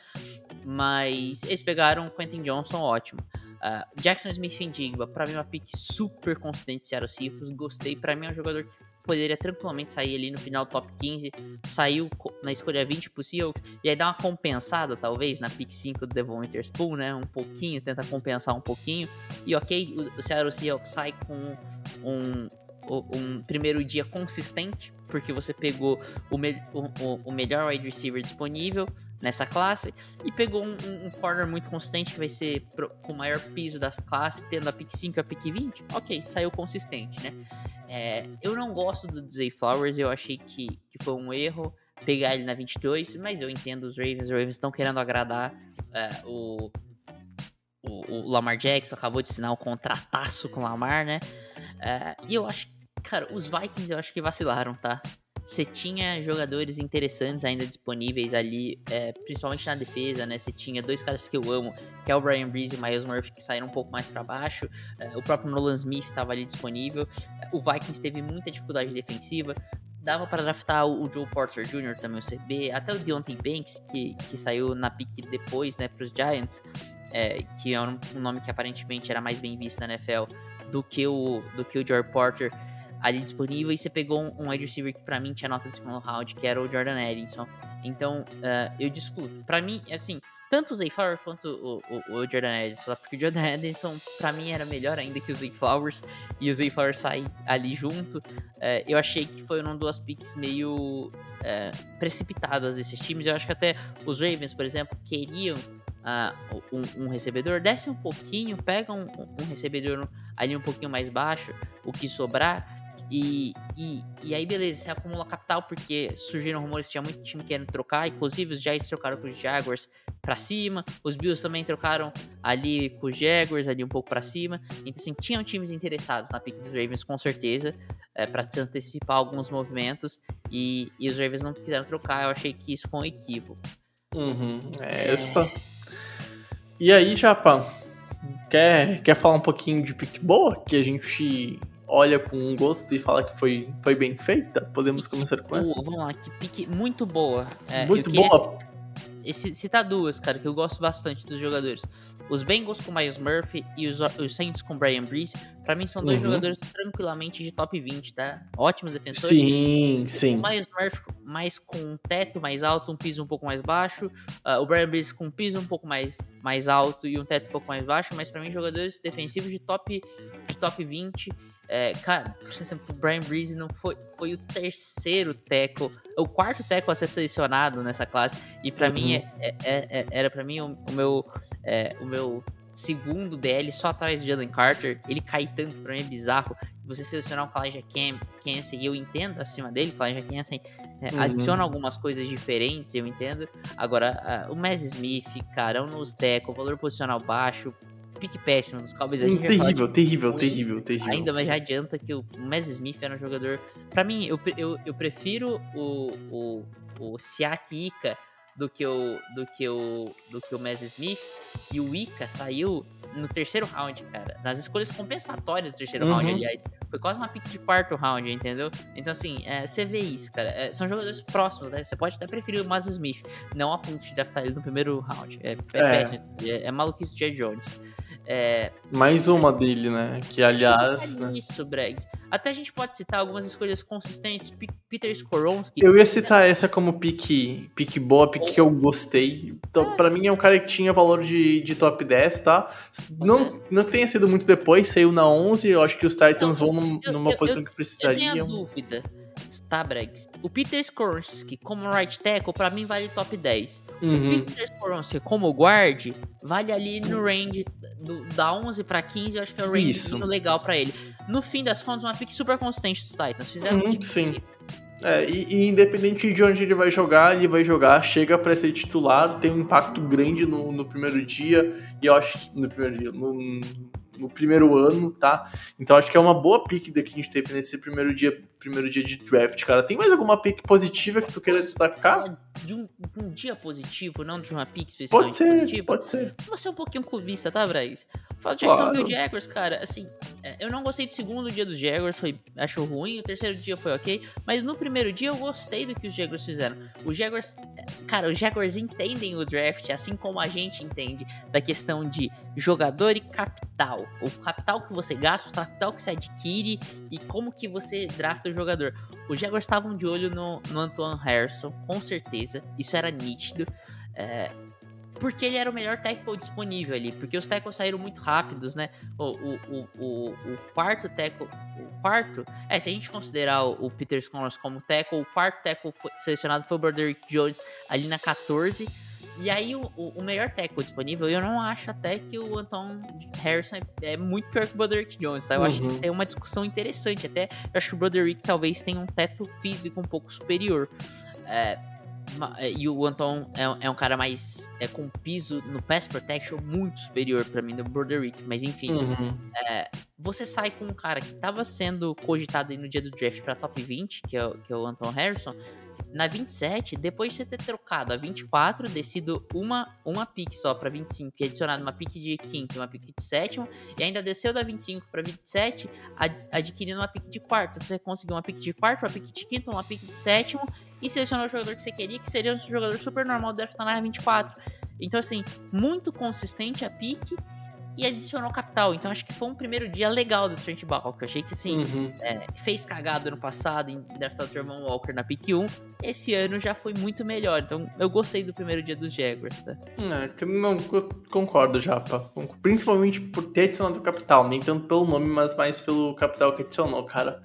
[SPEAKER 1] mas eles pegaram o Quentin Johnson, ótimo. Uh, Jackson Smith-Njigba, pra mim é uma pick super consistente de Seattle Seahawks, gostei, pra mim é um jogador que poderia tranquilamente sair ali no final do top quinze, saiu na escolha vinte pro Seahawks, e aí dá uma compensada talvez na pick cinco do Devon Witherspoon, né, um pouquinho, tenta compensar um pouquinho, e ok, o, o Seattle Seahawks sai com um, um, um primeiro dia consistente, porque você pegou o, me, o, o melhor wide receiver disponível nessa classe, e pegou um, um, um corner muito consistente, que vai ser pro, com o maior piso da classe, tendo a pick cinco e a pick vinte, ok, saiu consistente, né? É, eu não gosto do Zay Flowers, eu achei que, que foi um erro pegar ele na vinte e dois, mas eu entendo os Ravens, os Ravens estão querendo agradar é, o, o, o Lamar Jackson, acabou de assinar um contrataço com o Lamar, né? É, e eu acho, cara, os Vikings eu acho que vacilaram, tá? Você tinha jogadores interessantes ainda disponíveis ali, é, principalmente na defesa, né? Você tinha dois caras que eu amo, que é o Brian Breeze e o Myles Murphy, que saíram um pouco mais para baixo. É, o próprio Nolan Smith estava ali disponível. O Vikings teve muita dificuldade defensiva. Dava para draftar o Joe Porter Júnior também, o C B. Até o Deontay Banks, que, que saiu na pick depois, né, para os Giants. É, que é um, um nome que aparentemente era mais bem visto na N F L do que o, do que o Joe Porter ali disponível, e você pegou um, um wide receiver que pra mim tinha nota de segundo round, que era o Jordan Addison. Então, uh, eu discuto. Pra mim, assim, tanto o Zay Flowers quanto o, o, o Jordan Addison, porque o Jordan Addison, pra mim, era melhor ainda que o Zay Flowers, e o Zay Flowers sai ali junto. Uh, eu achei que foram duas picks meio uh, precipitadas desses times. Eu acho que até os Ravens, por exemplo, queriam uh, um, um recebedor, desce um pouquinho, pega um, um recebedor ali um pouquinho mais baixo, o que sobrar. E, e, e aí beleza, você acumula capital, porque surgiram rumores que tinha muito time querendo trocar, inclusive os Giants trocaram com os Jaguars pra cima, os Bills também trocaram ali com os Jaguars, ali um pouco pra cima. Então assim, tinham times interessados na pick dos Ravens com certeza, é, pra se antecipar alguns movimentos, e, e os Ravens não quiseram trocar. Eu achei que isso foi um equívoco.
[SPEAKER 3] Uhum, é, é... Tá. E aí, Japa, quer, quer falar um pouquinho de pick boa, que a gente olha com um gosto e fala que foi, foi bem feita? Podemos começar com essa?
[SPEAKER 1] Vamos lá, que pique muito boa. É,
[SPEAKER 3] muito boa?
[SPEAKER 1] Citar duas, cara, que eu gosto bastante dos jogadores. Os Bengals com Myles Murphy e os, os Saints com Brian Breeze, pra mim são dois uhum. jogadores tranquilamente de top vinte, tá? Ótimos defensores.
[SPEAKER 3] Sim, sim.
[SPEAKER 1] O Myles Murphy mais com um teto mais alto, um piso um pouco mais baixo. Uh, o Brian Breeze com um piso um pouco mais, mais alto e um teto um pouco mais baixo. Mas pra mim, jogadores defensivos de top, de top vinte. É, cara, por exemplo, o Brian Breeze não foi, foi o terceiro tackle, o quarto tackle a ser selecionado nessa classe, e pra uhum. mim é, é, é, era pra mim o, o, meu, é, o meu segundo D L só atrás de Jalen Carter. Ele cai tanto, pra mim é bizarro. Você selecionar o Kalijah Kancey, e eu entendo acima dele, o Kalijah Kancey é, uhum. adiciona algumas coisas diferentes, eu entendo. Agora, uh, o Maz Smith, cara, um nos tackle, valor posicional baixo, pique péssimo dos Cowboys. A gente
[SPEAKER 3] terrível, terrível, terrível, terrível.
[SPEAKER 1] Ainda, mas já adianta que o Maz Smith era um jogador... Pra mim, eu, eu, eu prefiro o, o, o Siaki Ika do que o, do que o, do que o Maz Smith. E o Ika saiu no terceiro round, cara. Nas escolhas compensatórias do terceiro uhum. round, aliás. Foi quase uma pick de quarto round, entendeu? Então, assim, é, você vê isso, cara. É, são jogadores próximos, né? Você pode até preferir o Miles Smith, não a ponto de draftar ele no primeiro round. É, é,
[SPEAKER 3] É.
[SPEAKER 1] péssimo. É, é maluquice de Jerry Jones. É,
[SPEAKER 3] Mais uma dele, né? Que, aliás...
[SPEAKER 1] é
[SPEAKER 3] né?
[SPEAKER 1] isso, Bregs. Até a gente pode citar algumas escolhas consistentes. P- Peter Skoronski.
[SPEAKER 3] Eu ia citar essa como pique, pique boa, pique que eu gostei. Então, pra mim é um cara que tinha valor de, de top dez, tá? Não, não que tenha sido muito depois, saiu na onze, eu acho que os Titans
[SPEAKER 1] Não,
[SPEAKER 3] vão num-
[SPEAKER 1] eu-
[SPEAKER 3] numa
[SPEAKER 1] eu-
[SPEAKER 3] posição
[SPEAKER 1] eu-
[SPEAKER 3] que
[SPEAKER 1] Eu tenho a
[SPEAKER 3] precisariam.
[SPEAKER 1] dúvida, tá, Bregs? O Peter Skoronski como right tackle, pra mim, vale top dez.
[SPEAKER 3] Uhum.
[SPEAKER 1] O Peter Skoronski como guard, vale ali no range do, da onze pra quinze, eu acho que é o range
[SPEAKER 3] Isso.
[SPEAKER 1] legal pra ele. No fim das contas, uma pick super consistente dos Titans. Fizeram
[SPEAKER 3] Uhum,
[SPEAKER 1] um tipo
[SPEAKER 3] sim.
[SPEAKER 1] de-
[SPEAKER 3] É, e, e independente de onde ele vai jogar, ele vai jogar, chega pra ser titular, tem um impacto grande no, no primeiro dia, e eu acho que no primeiro dia, no, no primeiro ano, tá? Então acho que é uma boa pick da que a gente teve nesse primeiro dia, primeiro dia de draft, cara. Tem mais alguma pick positiva que tu queira destacar?
[SPEAKER 1] de um, um dia positivo, não de uma pick
[SPEAKER 3] Pode
[SPEAKER 1] especificamente
[SPEAKER 3] ser,
[SPEAKER 1] positiva.
[SPEAKER 3] pode ser.
[SPEAKER 1] Você é um pouquinho clubista, tá, Braz? Fala do
[SPEAKER 3] Claro.
[SPEAKER 1] Jacksonville Jaguars, cara, assim, é, eu não gostei do segundo dia dos Jaguars, foi, acho ruim, o terceiro dia foi ok, mas no primeiro dia eu gostei do que os Jaguars fizeram. Os Jaguars, cara, os Jaguars entendem o draft, assim como a gente entende, da questão de jogador e capital. O capital que você gasta, o capital que você adquire e como que você drafta o jogador. Os Jaguars estavam de olho no, no Antoine Harrison, com certeza, isso era nítido. É, porque ele era o melhor tackle disponível ali, porque os tackles saíram muito rápidos, né? O, o, o, o, o quarto tackle, o quarto, é, se a gente considerar o, o Peter Skoronski como tackle, o quarto tackle foi, selecionado foi o Broderick Jones ali na catorze, e aí o, o, o melhor tackle disponível, eu não acho até que o Anton Harrison é, é muito pior que o Broderick Jones, tá? Eu
[SPEAKER 3] Uhum.
[SPEAKER 1] acho que tem uma discussão interessante, até eu acho que o Broderick talvez tenha um teto físico um pouco superior. É, e o Anton é, é um cara mais é, com piso no pass protection muito superior pra mim do Broderick, mas enfim,
[SPEAKER 3] Uhum.
[SPEAKER 1] é, você sai com um cara que tava sendo cogitado aí no dia do draft pra top vinte, que é, o- que é o Anton Harrison, na vinte e sete, depois de você ter trocado a vinte e quatro, descido uma, uma pick só pra vinte e cinco, e adicionado uma pick de quinto e uma pick de sétimo, e ainda desceu da vinte e cinco pra vinte e sete, ad- adquirindo uma pick de quarto. Você conseguiu uma pick de quarto, uma pick de quinto, uma pick de sétimo, e selecionou o jogador que você queria, que seria um jogador super normal do draft na vinte e quatro. Então, assim, muito consistente a pick, e adicionou capital. Então, acho que foi um primeiro dia legal do Trent Baalke. Eu achei que, assim,
[SPEAKER 3] Uhum.
[SPEAKER 1] é, fez cagado ano passado em draftar o Trevon Walker na pick um. Esse ano já foi muito melhor. Então, eu gostei do primeiro dia dos Jaguars, tá?
[SPEAKER 3] É, que não co- concordo, Japa. Principalmente por ter adicionado capital, nem tanto pelo nome, mas mais pelo capital que adicionou, cara.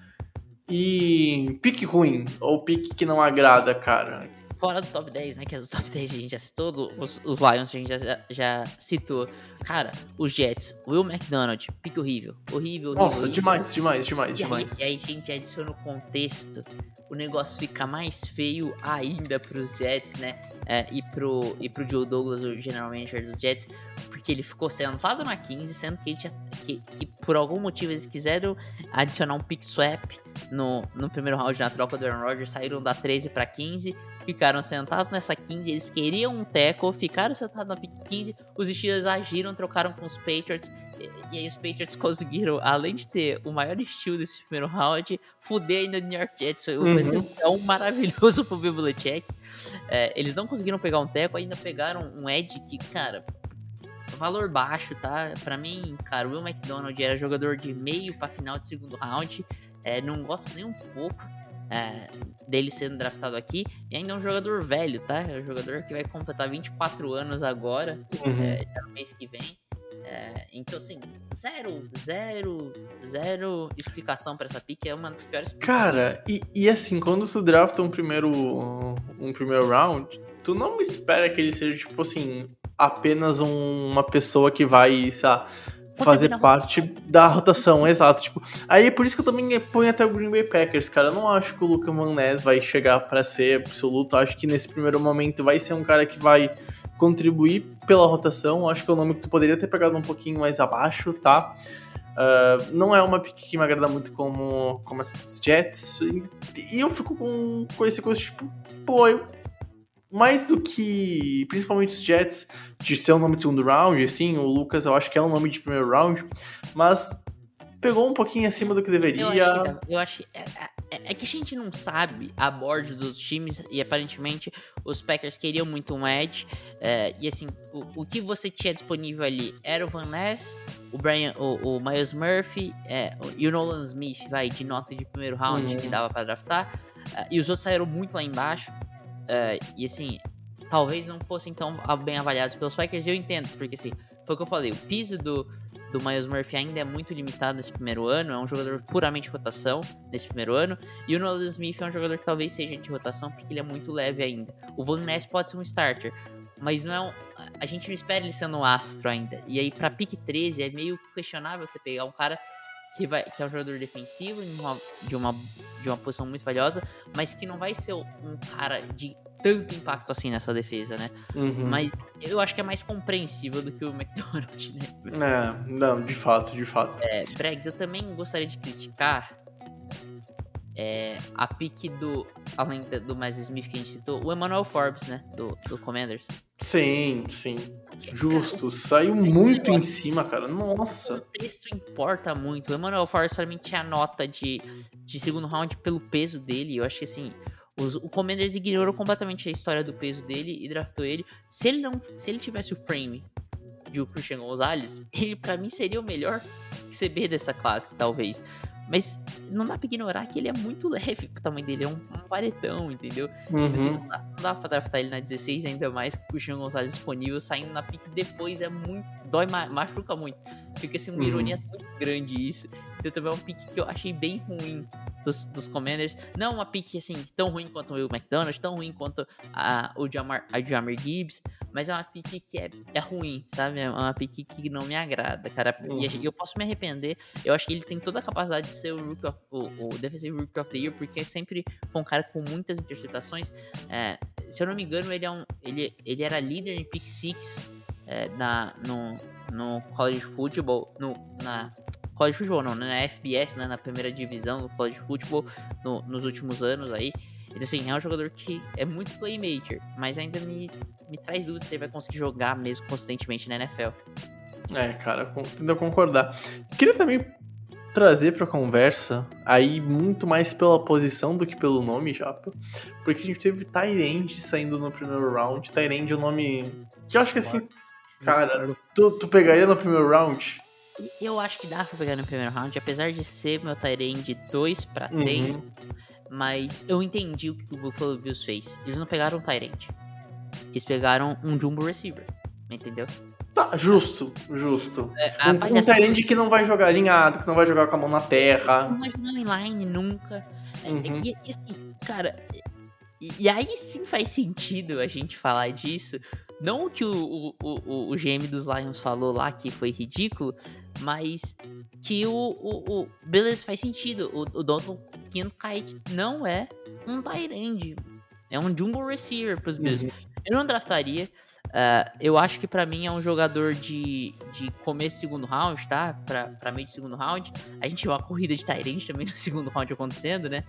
[SPEAKER 3] E pique ruim, ou pique que não agrada, cara.
[SPEAKER 1] Fora do top dez, né? Que as top dez a gente já citou, do- os, os Lions a gente já, já citou. Cara, os Jets, Will McDonald, pique horrível. Horrível, horrível.
[SPEAKER 3] Nossa,
[SPEAKER 1] horrível.
[SPEAKER 3] demais, demais, demais,
[SPEAKER 1] E aí,
[SPEAKER 3] demais.
[SPEAKER 1] e aí, gente, adiciona o contexto, o negócio fica mais feio ainda pros Jets, né? É, e, pro, e pro Joe Douglas, o general manager dos Jets, porque ele ficou sentado na quinze, sendo que, ele tinha, que, que por algum motivo eles quiseram adicionar um pick swap no, no primeiro round na troca do Aaron Rodgers, saíram da treze pra quinze, ficaram sentados nessa quinze, eles queriam um tackle, ficaram sentados na pick quinze, os Steelers agiram, trocaram com os Patriots, e, e aí os Patriots conseguiram, além de ter o maior estilo desse primeiro round, fuder ainda o New York Jets, foi
[SPEAKER 3] Uhum.
[SPEAKER 1] vai ser um maravilhoso pro Bill Belichick. É, eles não conseguiram pegar um tackle, ainda pegaram um edge que, cara, valor baixo, tá? Pra mim, cara, o Will McDonald era jogador de meio pra final de segundo round, é, não gosto nem um pouco é, dele sendo draftado aqui, e ainda é um jogador velho, tá? É um jogador que vai completar vinte e quatro anos agora,
[SPEAKER 3] Uhum.
[SPEAKER 1] é, já no mês que vem. É, então, assim, zero, zero, zero explicação pra essa pick, é uma das piores picks.
[SPEAKER 3] Cara, e, e assim, quando tu drafta um primeiro, um primeiro round, tu não espera que ele seja, tipo assim, apenas um- uma pessoa que vai, sei lá, fazer
[SPEAKER 1] na
[SPEAKER 3] parte da rotação, exato. Tipo, aí é por isso que eu também ponho até o Green Bay Packers, cara. Eu não acho que o Luca Van Ness vai chegar pra ser absoluto. Eu acho que nesse primeiro momento vai ser um cara que vai contribuir pela rotação. Eu acho que é o nome que tu poderia ter pegado um pouquinho mais abaixo, tá? Uh, não é uma pick que me agrada muito como, como as Jets. E, e eu fico com, com esse gosto, tipo, pô, eu, mais do que, principalmente os Jets, de ser um nome de segundo round, assim, o Lucas eu acho que é um nome de primeiro round, mas pegou um pouquinho acima do que deveria.
[SPEAKER 1] Eu acho que, dá- eu acho, é, é, é que a gente não sabe a board dos times e aparentemente os Packers queriam muito um edge. É, e assim, o, o que você tinha disponível ali era o Van Ness, o Brian, o, o Miles Murphy é, e o Nolan Smith, vai, de nota de primeiro round
[SPEAKER 3] Uhum.
[SPEAKER 1] que dava pra draftar. É, e os outros saíram muito lá embaixo. É, e assim, talvez não fossem tão bem avaliados pelos Packers. E eu entendo, porque assim, foi o que eu falei, o piso do, do Miles Murphy ainda é muito limitado nesse primeiro ano, é um jogador puramente de rotação nesse primeiro ano, e o Nolan Smith é um jogador que talvez seja de rotação, porque ele é muito leve ainda. O Van Ness pode ser um starter, mas não é um, a gente não espera ele sendo um astro ainda. E aí, pra pick treze, é meio questionável você pegar um cara que, vai, que é um jogador defensivo em uma, de, uma, de uma posição muito valiosa, mas que não vai ser um cara de tanto impacto assim nessa defesa, né?
[SPEAKER 3] Uhum.
[SPEAKER 1] Mas eu acho que é mais compreensível do que o McDonald, né?
[SPEAKER 3] É, não, de fato, de fato.
[SPEAKER 1] É, Bregs, eu também gostaria de criticar é, a pique do, além do Miles Smith que a gente citou, o Emmanuel Forbes, né? Do, do Commanders.
[SPEAKER 3] Sim, sim.
[SPEAKER 1] Porque,
[SPEAKER 3] Justo.
[SPEAKER 1] cara,
[SPEAKER 3] Saiu muito em cima, cara. Nossa.
[SPEAKER 1] o texto importa muito. O Emmanuel Forbes somente tinha nota de, de segundo round pelo peso dele. Eu acho que assim, os, o Commanders ignorou completamente a história do peso dele e draftou ele. Se ele não, se ele tivesse o frame de o Christian Gonzalez, ele pra mim seria o melhor C B dessa classe, talvez. Mas não dá pra ignorar que ele é muito leve pro tamanho dele, é um, um varetão, entendeu?
[SPEAKER 3] Uhum.
[SPEAKER 1] Assim, não, dá, não dá pra draftar ele na dezesseis, ainda mais com o Christian Gonzalez disponível, saindo na pick depois é muito, dói, machuca muito. Fica assim, uma
[SPEAKER 3] Uhum.
[SPEAKER 1] ironia muito grande isso. Então também é um pick que eu achei bem ruim dos, dos Commanders. Não uma pick assim, tão ruim quanto o Will McDonald, tão ruim quanto a, o Jamar, a Jamar Gibbs, mas é uma pick que é, é ruim, sabe? É uma pick que não me agrada, cara.
[SPEAKER 3] Uhum.
[SPEAKER 1] E eu posso me arrepender. Eu acho que ele tem toda a capacidade de ser o, rookie of, o, o Defensive Rookie of the Year, porque é sempre um cara com muitas interceptações. É, se eu não me engano, ele, é um, ele, ele era líder em pick six é, na, no, no college football, no, na college football não, na F B S, né, na primeira divisão do college football no, nos últimos anos aí. Então, assim, é um jogador que é muito playmaker, mas ainda me, me traz dúvidas se ele vai conseguir jogar mesmo consistentemente na N F L.
[SPEAKER 3] É, cara, tendo a concordar. Queria também trazer pra conversa, aí muito mais pela posição do que pelo nome, Japa, porque a gente teve Tyrande saindo no primeiro round. Tyrande é um nome que eu acho que assim, cara, tu, tu pegaria no primeiro round?
[SPEAKER 1] Eu acho que dá pra pegar no primeiro round, apesar de ser meu Tyrande dois pra três,
[SPEAKER 3] Uhum.
[SPEAKER 1] mas eu entendi o que o Buffalo Bills fez. Eles não pegaram um Tyrande, eles pegaram um Jumbo Receiver, entendeu?
[SPEAKER 3] Tá, justo, justo.
[SPEAKER 1] É, a
[SPEAKER 3] Um, um
[SPEAKER 1] avaliação-
[SPEAKER 3] Tyrande que não vai jogar alinhado, que não vai jogar com a mão na terra.
[SPEAKER 1] Não vai jogar inline nunca. É,
[SPEAKER 3] Uhum.
[SPEAKER 1] E, e assim, cara, e, e aí sim faz sentido a gente falar disso. Não o que o, o, o, o G M dos Lions falou lá, que foi ridículo, mas que o. o, o beleza, faz sentido. O, o Dalton Kincaid não é um Tyrande. É um Jumbo Receiver pros Bills.
[SPEAKER 3] Uhum.
[SPEAKER 1] Eu não draftaria. Uh, eu acho que pra mim é um jogador de, de começo do segundo round, tá? Pra, pra meio do segundo round. A gente tem uma corrida de Tyrande também no segundo round acontecendo, né?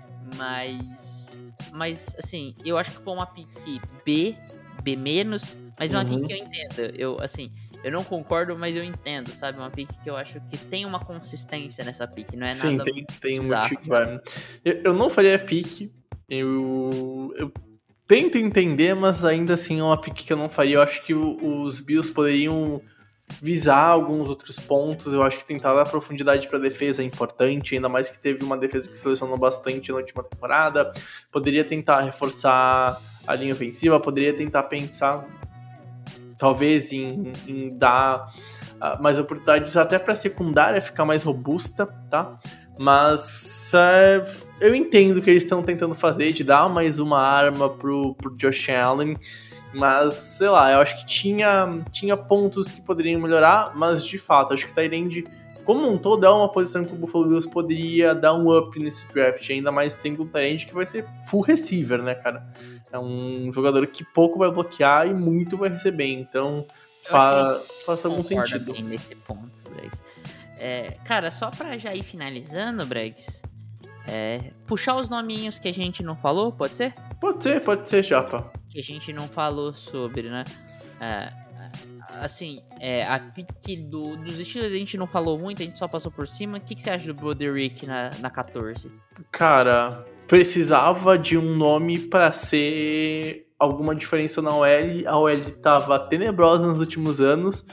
[SPEAKER 1] Mas. Mas, assim, eu acho que foi uma pick B, B-, mas é uma
[SPEAKER 3] Uhum.
[SPEAKER 1] pick que eu entendo. Eu, assim, eu não concordo, mas eu entendo, sabe? Uma pick que eu acho que tem uma consistência nessa pick, não é
[SPEAKER 3] Sim,
[SPEAKER 1] nada.
[SPEAKER 3] tem, tem um
[SPEAKER 1] bizarro,
[SPEAKER 3] motivo que vai. Eu, eu não faria pique. Eu, eu tento entender, mas ainda assim é uma pique que eu não faria. Eu acho que o- os Bills poderiam visar alguns outros pontos. Eu acho que tentar dar profundidade para defesa é importante, ainda mais que teve uma defesa que selecionou bastante na última temporada. Poderia tentar reforçar a linha ofensiva, poderia tentar pensar talvez em, em dar uh, mais oportunidades até para a secundária ficar mais robusta, tá? Mas uh, eu entendo o que eles estão tentando fazer, de dar mais uma arma pro, pro Josh Allen, mas, sei lá, eu acho que tinha, tinha pontos que poderiam melhorar, mas, de fato, acho que o Tyrande, como um todo, é uma posição que o Buffalo Bills poderia dar um up nesse draft, ainda mais tendo um Tyrande que vai ser full receiver, né, cara? É um jogador que pouco vai bloquear e muito vai receber, então fa- faça algum
[SPEAKER 1] Concordo
[SPEAKER 3] sentido.
[SPEAKER 1] bem nesse ponto, Bregs. É, cara, só pra já ir finalizando, Bregs, é, puxar os nominhos que a gente não falou, pode ser?
[SPEAKER 3] Pode ser, pode ser, Japa.
[SPEAKER 1] Que a gente não falou sobre, né? É, assim, é, a pique do, dos estilos a gente não falou muito, a gente só passou por cima. O que, que você acha do Broderick na, na quatorze?
[SPEAKER 3] Cara, precisava de um nome pra ser alguma diferença na O L. A O L tava tenebrosa nos últimos anos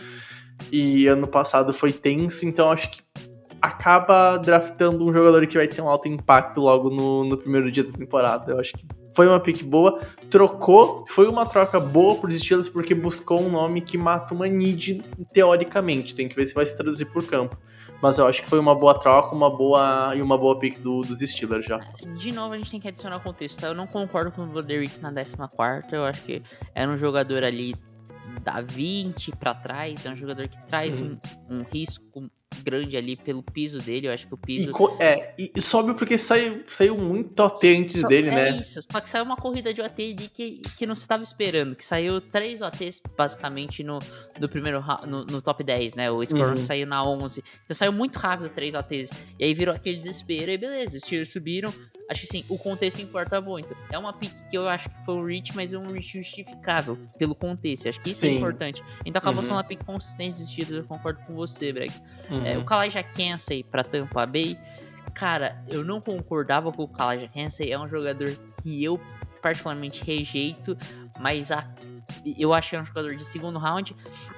[SPEAKER 3] e ano passado foi tenso, então acho que acaba draftando um jogador que vai ter um alto impacto logo no, no primeiro dia da temporada. Eu acho que foi uma pick boa, trocou, foi uma troca boa pros Steelers porque buscou um nome que mata uma need teoricamente, tem que ver se vai se traduzir por campo. Mas eu acho que foi uma boa troca, uma boa e uma boa pick do, dos Steelers já.
[SPEAKER 1] De novo, a gente tem que adicionar o contexto, tá? Eu não concordo com o Broderick na décima quarta, eu acho que era um jogador ali da vinte pra trás, é um jogador que traz uhum. um, um risco grande ali pelo piso dele, eu acho que o piso...
[SPEAKER 3] E, co- é, e sobe porque saiu, saiu muito O T antes
[SPEAKER 1] só,
[SPEAKER 3] dele,
[SPEAKER 1] é
[SPEAKER 3] né?
[SPEAKER 1] É isso, só que saiu uma corrida de O T ali que, que não se estava esperando, que saiu três O Ts basicamente no, no primeiro no, no top dez, né? O score uhum. saiu na onze, então saiu muito rápido três O Ts, e aí virou aquele desespero, e beleza, os Steelers subiram. Acho que sim, o contexto importa muito. É uma pick que eu acho que foi um reach, mas é um reach justificável pelo contexto. Acho que isso sim. é importante. Então acabou uhum. sendo uma pick consistente dos Steelers, eu concordo com você, Brex. Uhum. É, o Kalijah Kancey pra Tampa Bay, cara, eu não concordava com o Kalijah Kancey. É um jogador que eu particularmente rejeito, mas a, eu acho que é um jogador de segundo round.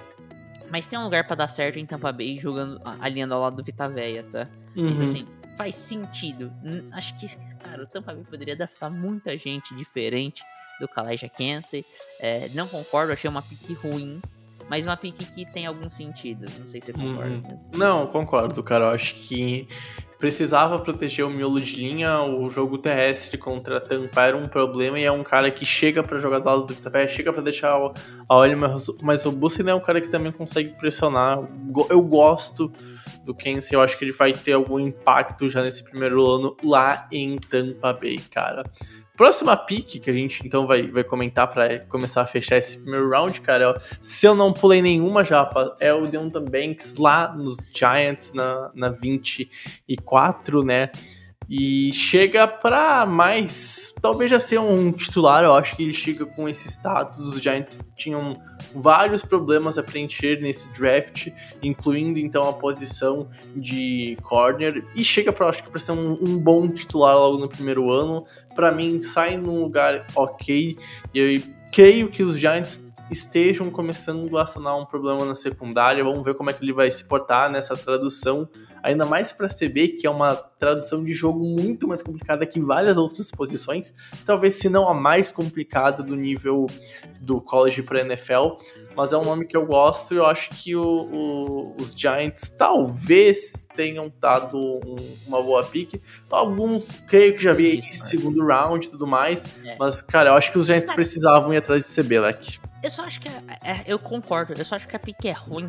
[SPEAKER 1] Mas tem um lugar pra dar certo em Tampa Bay, jogando, alinhando ao lado do Vita Veia, tá?
[SPEAKER 3] Uhum.
[SPEAKER 1] Então assim, faz sentido. Acho que, cara, o Tampa Bay poderia draftar muita gente diferente do Kalijah Kancey. É, não concordo, achei uma pick ruim, mas uma pick que tem algum sentido. Não sei se você concorda.
[SPEAKER 3] Uhum. Não, concordo, cara. Eu acho que precisava proteger o miolo de linha. O jogo terrestre contra a Tampa era um problema e é um cara que chega pra jogar do lado do Vita Veia, chega pra deixar a O L mais, mais robusta e é um cara que também consegue pressionar. Eu gosto do Kancey, eu acho que ele vai ter algum impacto já nesse primeiro ano lá em Tampa Bay, cara. Próxima pick que a gente então vai, vai comentar pra começar a fechar esse primeiro round, cara, se eu não pulei nenhuma já, é o Deonta Banks lá nos Giants na, na vinte e quatro, né? E chega pra mais, talvez já ser um titular, eu acho que ele chega com esse status. Os Giants tinham vários problemas a preencher nesse draft, incluindo então a posição de corner, e chega pra, acho que pra ser um, um bom titular logo no primeiro ano. Pra mim, sai num lugar ok, e eu creio que os Giants estejam começando a sanar um problema na secundária. Vamos ver como é que ele vai se portar nessa tradução, ainda mais para C B, que é uma tradução de jogo muito mais complicada que várias outras posições, talvez se não a mais complicada do nível do college para N F L, mas é um nome que eu gosto e eu acho que o, o, os Giants talvez tenham dado um, uma boa pick. Alguns, creio que já vi esse segundo round e tudo mais, é. mas, cara, eu acho que os Giants precisavam ir atrás de C B, Leque.
[SPEAKER 1] Eu só acho que, é, é, eu concordo, eu só acho que a pick é ruim.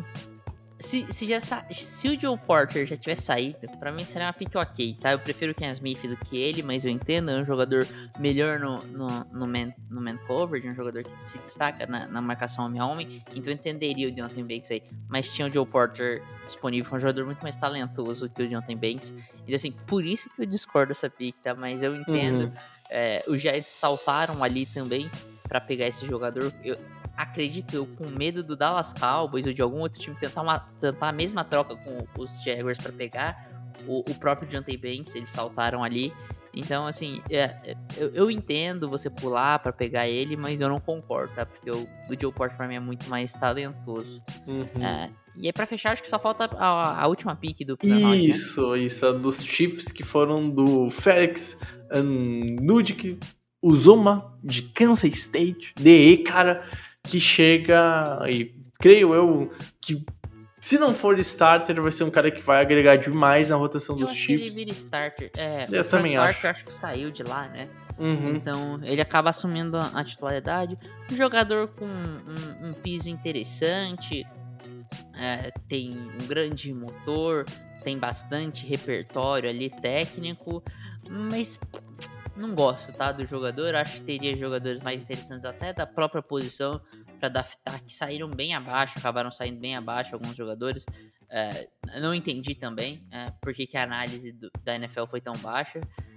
[SPEAKER 1] Se, se, já sa... se o Joe Porter já tivesse saído, pra mim seria uma pick ok, tá? Eu prefiro o Ken Smith do que ele, mas eu entendo, é um jogador melhor no, no, no, man, no man coverage, um jogador que se destaca na, na marcação homem a homem, então eu entenderia o Deonta Banks aí, mas tinha o Joe Porter disponível, um jogador muito mais talentoso que o Deonta Banks, então assim, por isso que eu discordo dessa pick, tá? Mas eu entendo, uhum. é, os Giants saltaram ali também pra pegar esse jogador. Eu acredito, eu com medo do Dallas Cowboys ou de algum outro time tentar, uma, tentar a mesma troca com os Jaguars pra pegar o, o próprio Deonta Banks, eles saltaram ali. Então, assim, é, eu, eu entendo você pular pra pegar ele, mas eu não concordo, tá? Porque o, o Joe Porter pra mim é muito mais talentoso. Uhum. É, e aí, pra fechar, acho que só falta a, a última pick do
[SPEAKER 3] primeiro Isso, round, né? Isso, a dos Chiefs que foram do Felix Nudik Uzoma, de Kansas State, D E, cara, que chega e creio eu que se não for starter vai ser um cara que vai agregar demais na rotação
[SPEAKER 1] eu
[SPEAKER 3] dos Chiefs.
[SPEAKER 1] Que ele vira starter. É,
[SPEAKER 3] eu também
[SPEAKER 1] Clark,
[SPEAKER 3] acho.
[SPEAKER 1] Eu acho que saiu de lá, né?
[SPEAKER 3] Uhum.
[SPEAKER 1] Então ele acaba assumindo a titularidade. Um jogador com um, um piso interessante, é, tem um grande motor, tem bastante repertório ali técnico, mas não gosto, tá, do jogador. Acho que teria jogadores mais interessantes até da própria posição para draftar, que saíram bem abaixo, acabaram saindo bem abaixo alguns jogadores. É, não entendi também é, por que, que a análise do, da N F L foi tão baixa.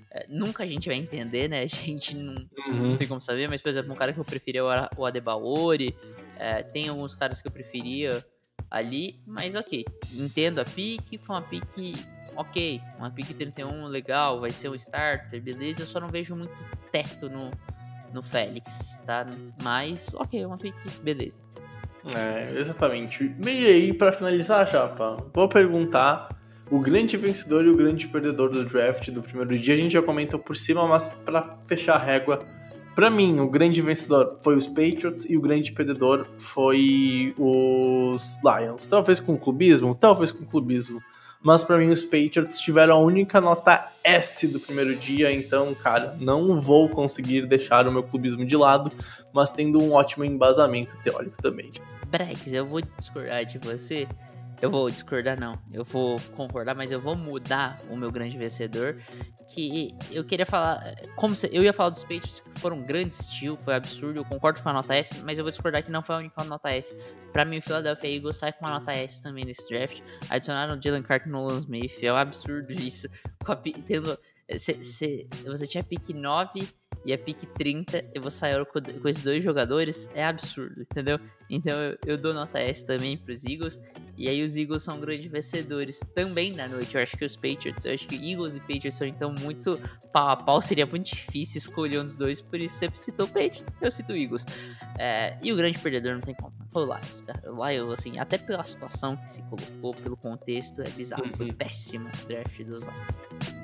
[SPEAKER 1] é, nunca a gente vai entender, né? A gente não,
[SPEAKER 3] Uhum.
[SPEAKER 1] não tem como saber, mas, por exemplo, um cara que eu preferia é o Adebaori, é, tem alguns caras que eu preferia ali, mas ok, entendo a pique, foi uma pique ok, uma pique trinta e um legal, vai ser um starter, beleza, eu só não vejo muito teto no, no Félix, tá? Mas ok, uma pique, beleza.
[SPEAKER 3] É, exatamente. E aí, pra finalizar, Chapa, vou perguntar o grande vencedor e o grande perdedor do draft do primeiro dia. A gente já comentou por cima, mas pra fechar a régua, pra mim, o grande vencedor foi os Patriots e o grande perdedor foi os Lions. Talvez com clubismo, talvez com clubismo. Mas pra mim os Patriots tiveram a única nota S do primeiro dia, então, cara, não vou conseguir deixar o meu clubismo de lado, mas tendo um ótimo embasamento teórico também.
[SPEAKER 1] Brex, eu vou discordar de você. Eu vou discordar, não. Eu vou concordar, mas eu vou mudar o meu grande vencedor. Que eu queria falar. Como se, eu ia falar dos Patriots que foram um grande estilo, foi absurdo. Eu concordo com a nota S, mas eu vou discordar que não foi a única nota S. Pra mim, o Philadelphia Eagles sai com uma nota S também nesse draft. Adicionaram o Jalen Carter no Nolan Smith. É um absurdo isso. Com a, tendo, cê, cê, você tinha pick nove e a pick trinta, eu vou sair com, com esses dois jogadores. É absurdo, entendeu? Então eu, eu dou nota S também pros Eagles. E aí os Eagles são grandes vencedores também na noite. Eu acho que os Patriots, eu acho que Eagles e Patriots foram então muito pau a pau. Seria muito difícil escolher um dos dois, por isso você citou o Patriots, eu cito o Eagles. É, e o grande perdedor não tem como. Foi o Lions, cara. O Lions, assim, até pela situação que se colocou, pelo contexto, é bizarro. Uhum. Foi péssimo o draft dos Lions.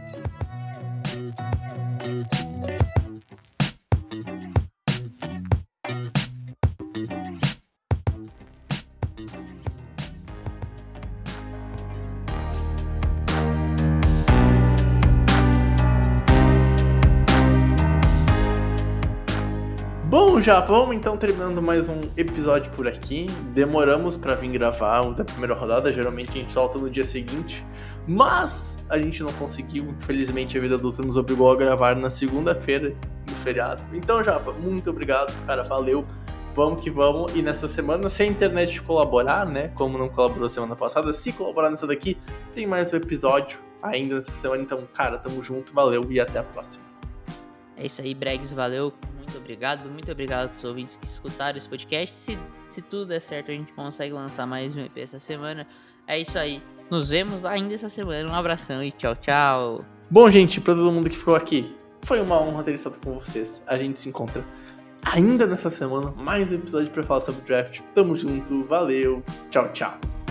[SPEAKER 3] Bom, já vamos então terminando mais um episódio por aqui. Demoramos pra vir gravar o da primeira rodada, geralmente a gente solta no dia seguinte, mas a gente não conseguiu, infelizmente a vida adulta nos obrigou a gravar na segunda-feira do feriado. Então, Japa, muito obrigado, cara, valeu, vamos que vamos. E nessa semana, se a internet colaborar, né, como não colaborou semana passada, se colaborar nessa daqui, tem mais um episódio ainda nessa semana. Então, cara, tamo junto, valeu e até a próxima.
[SPEAKER 1] É isso aí, Bregs, valeu. Muito obrigado, muito obrigado para os ouvintes que escutaram esse podcast. Se, se tudo der certo, a gente consegue lançar mais um E P essa semana. É isso aí. Nos vemos ainda essa semana. Um abração e tchau, tchau.
[SPEAKER 3] Bom, gente, para todo mundo que ficou aqui, foi uma honra ter estado com vocês. A gente se encontra ainda nessa semana. Mais um episódio para falar sobre o draft. Tamo junto, valeu, tchau, tchau.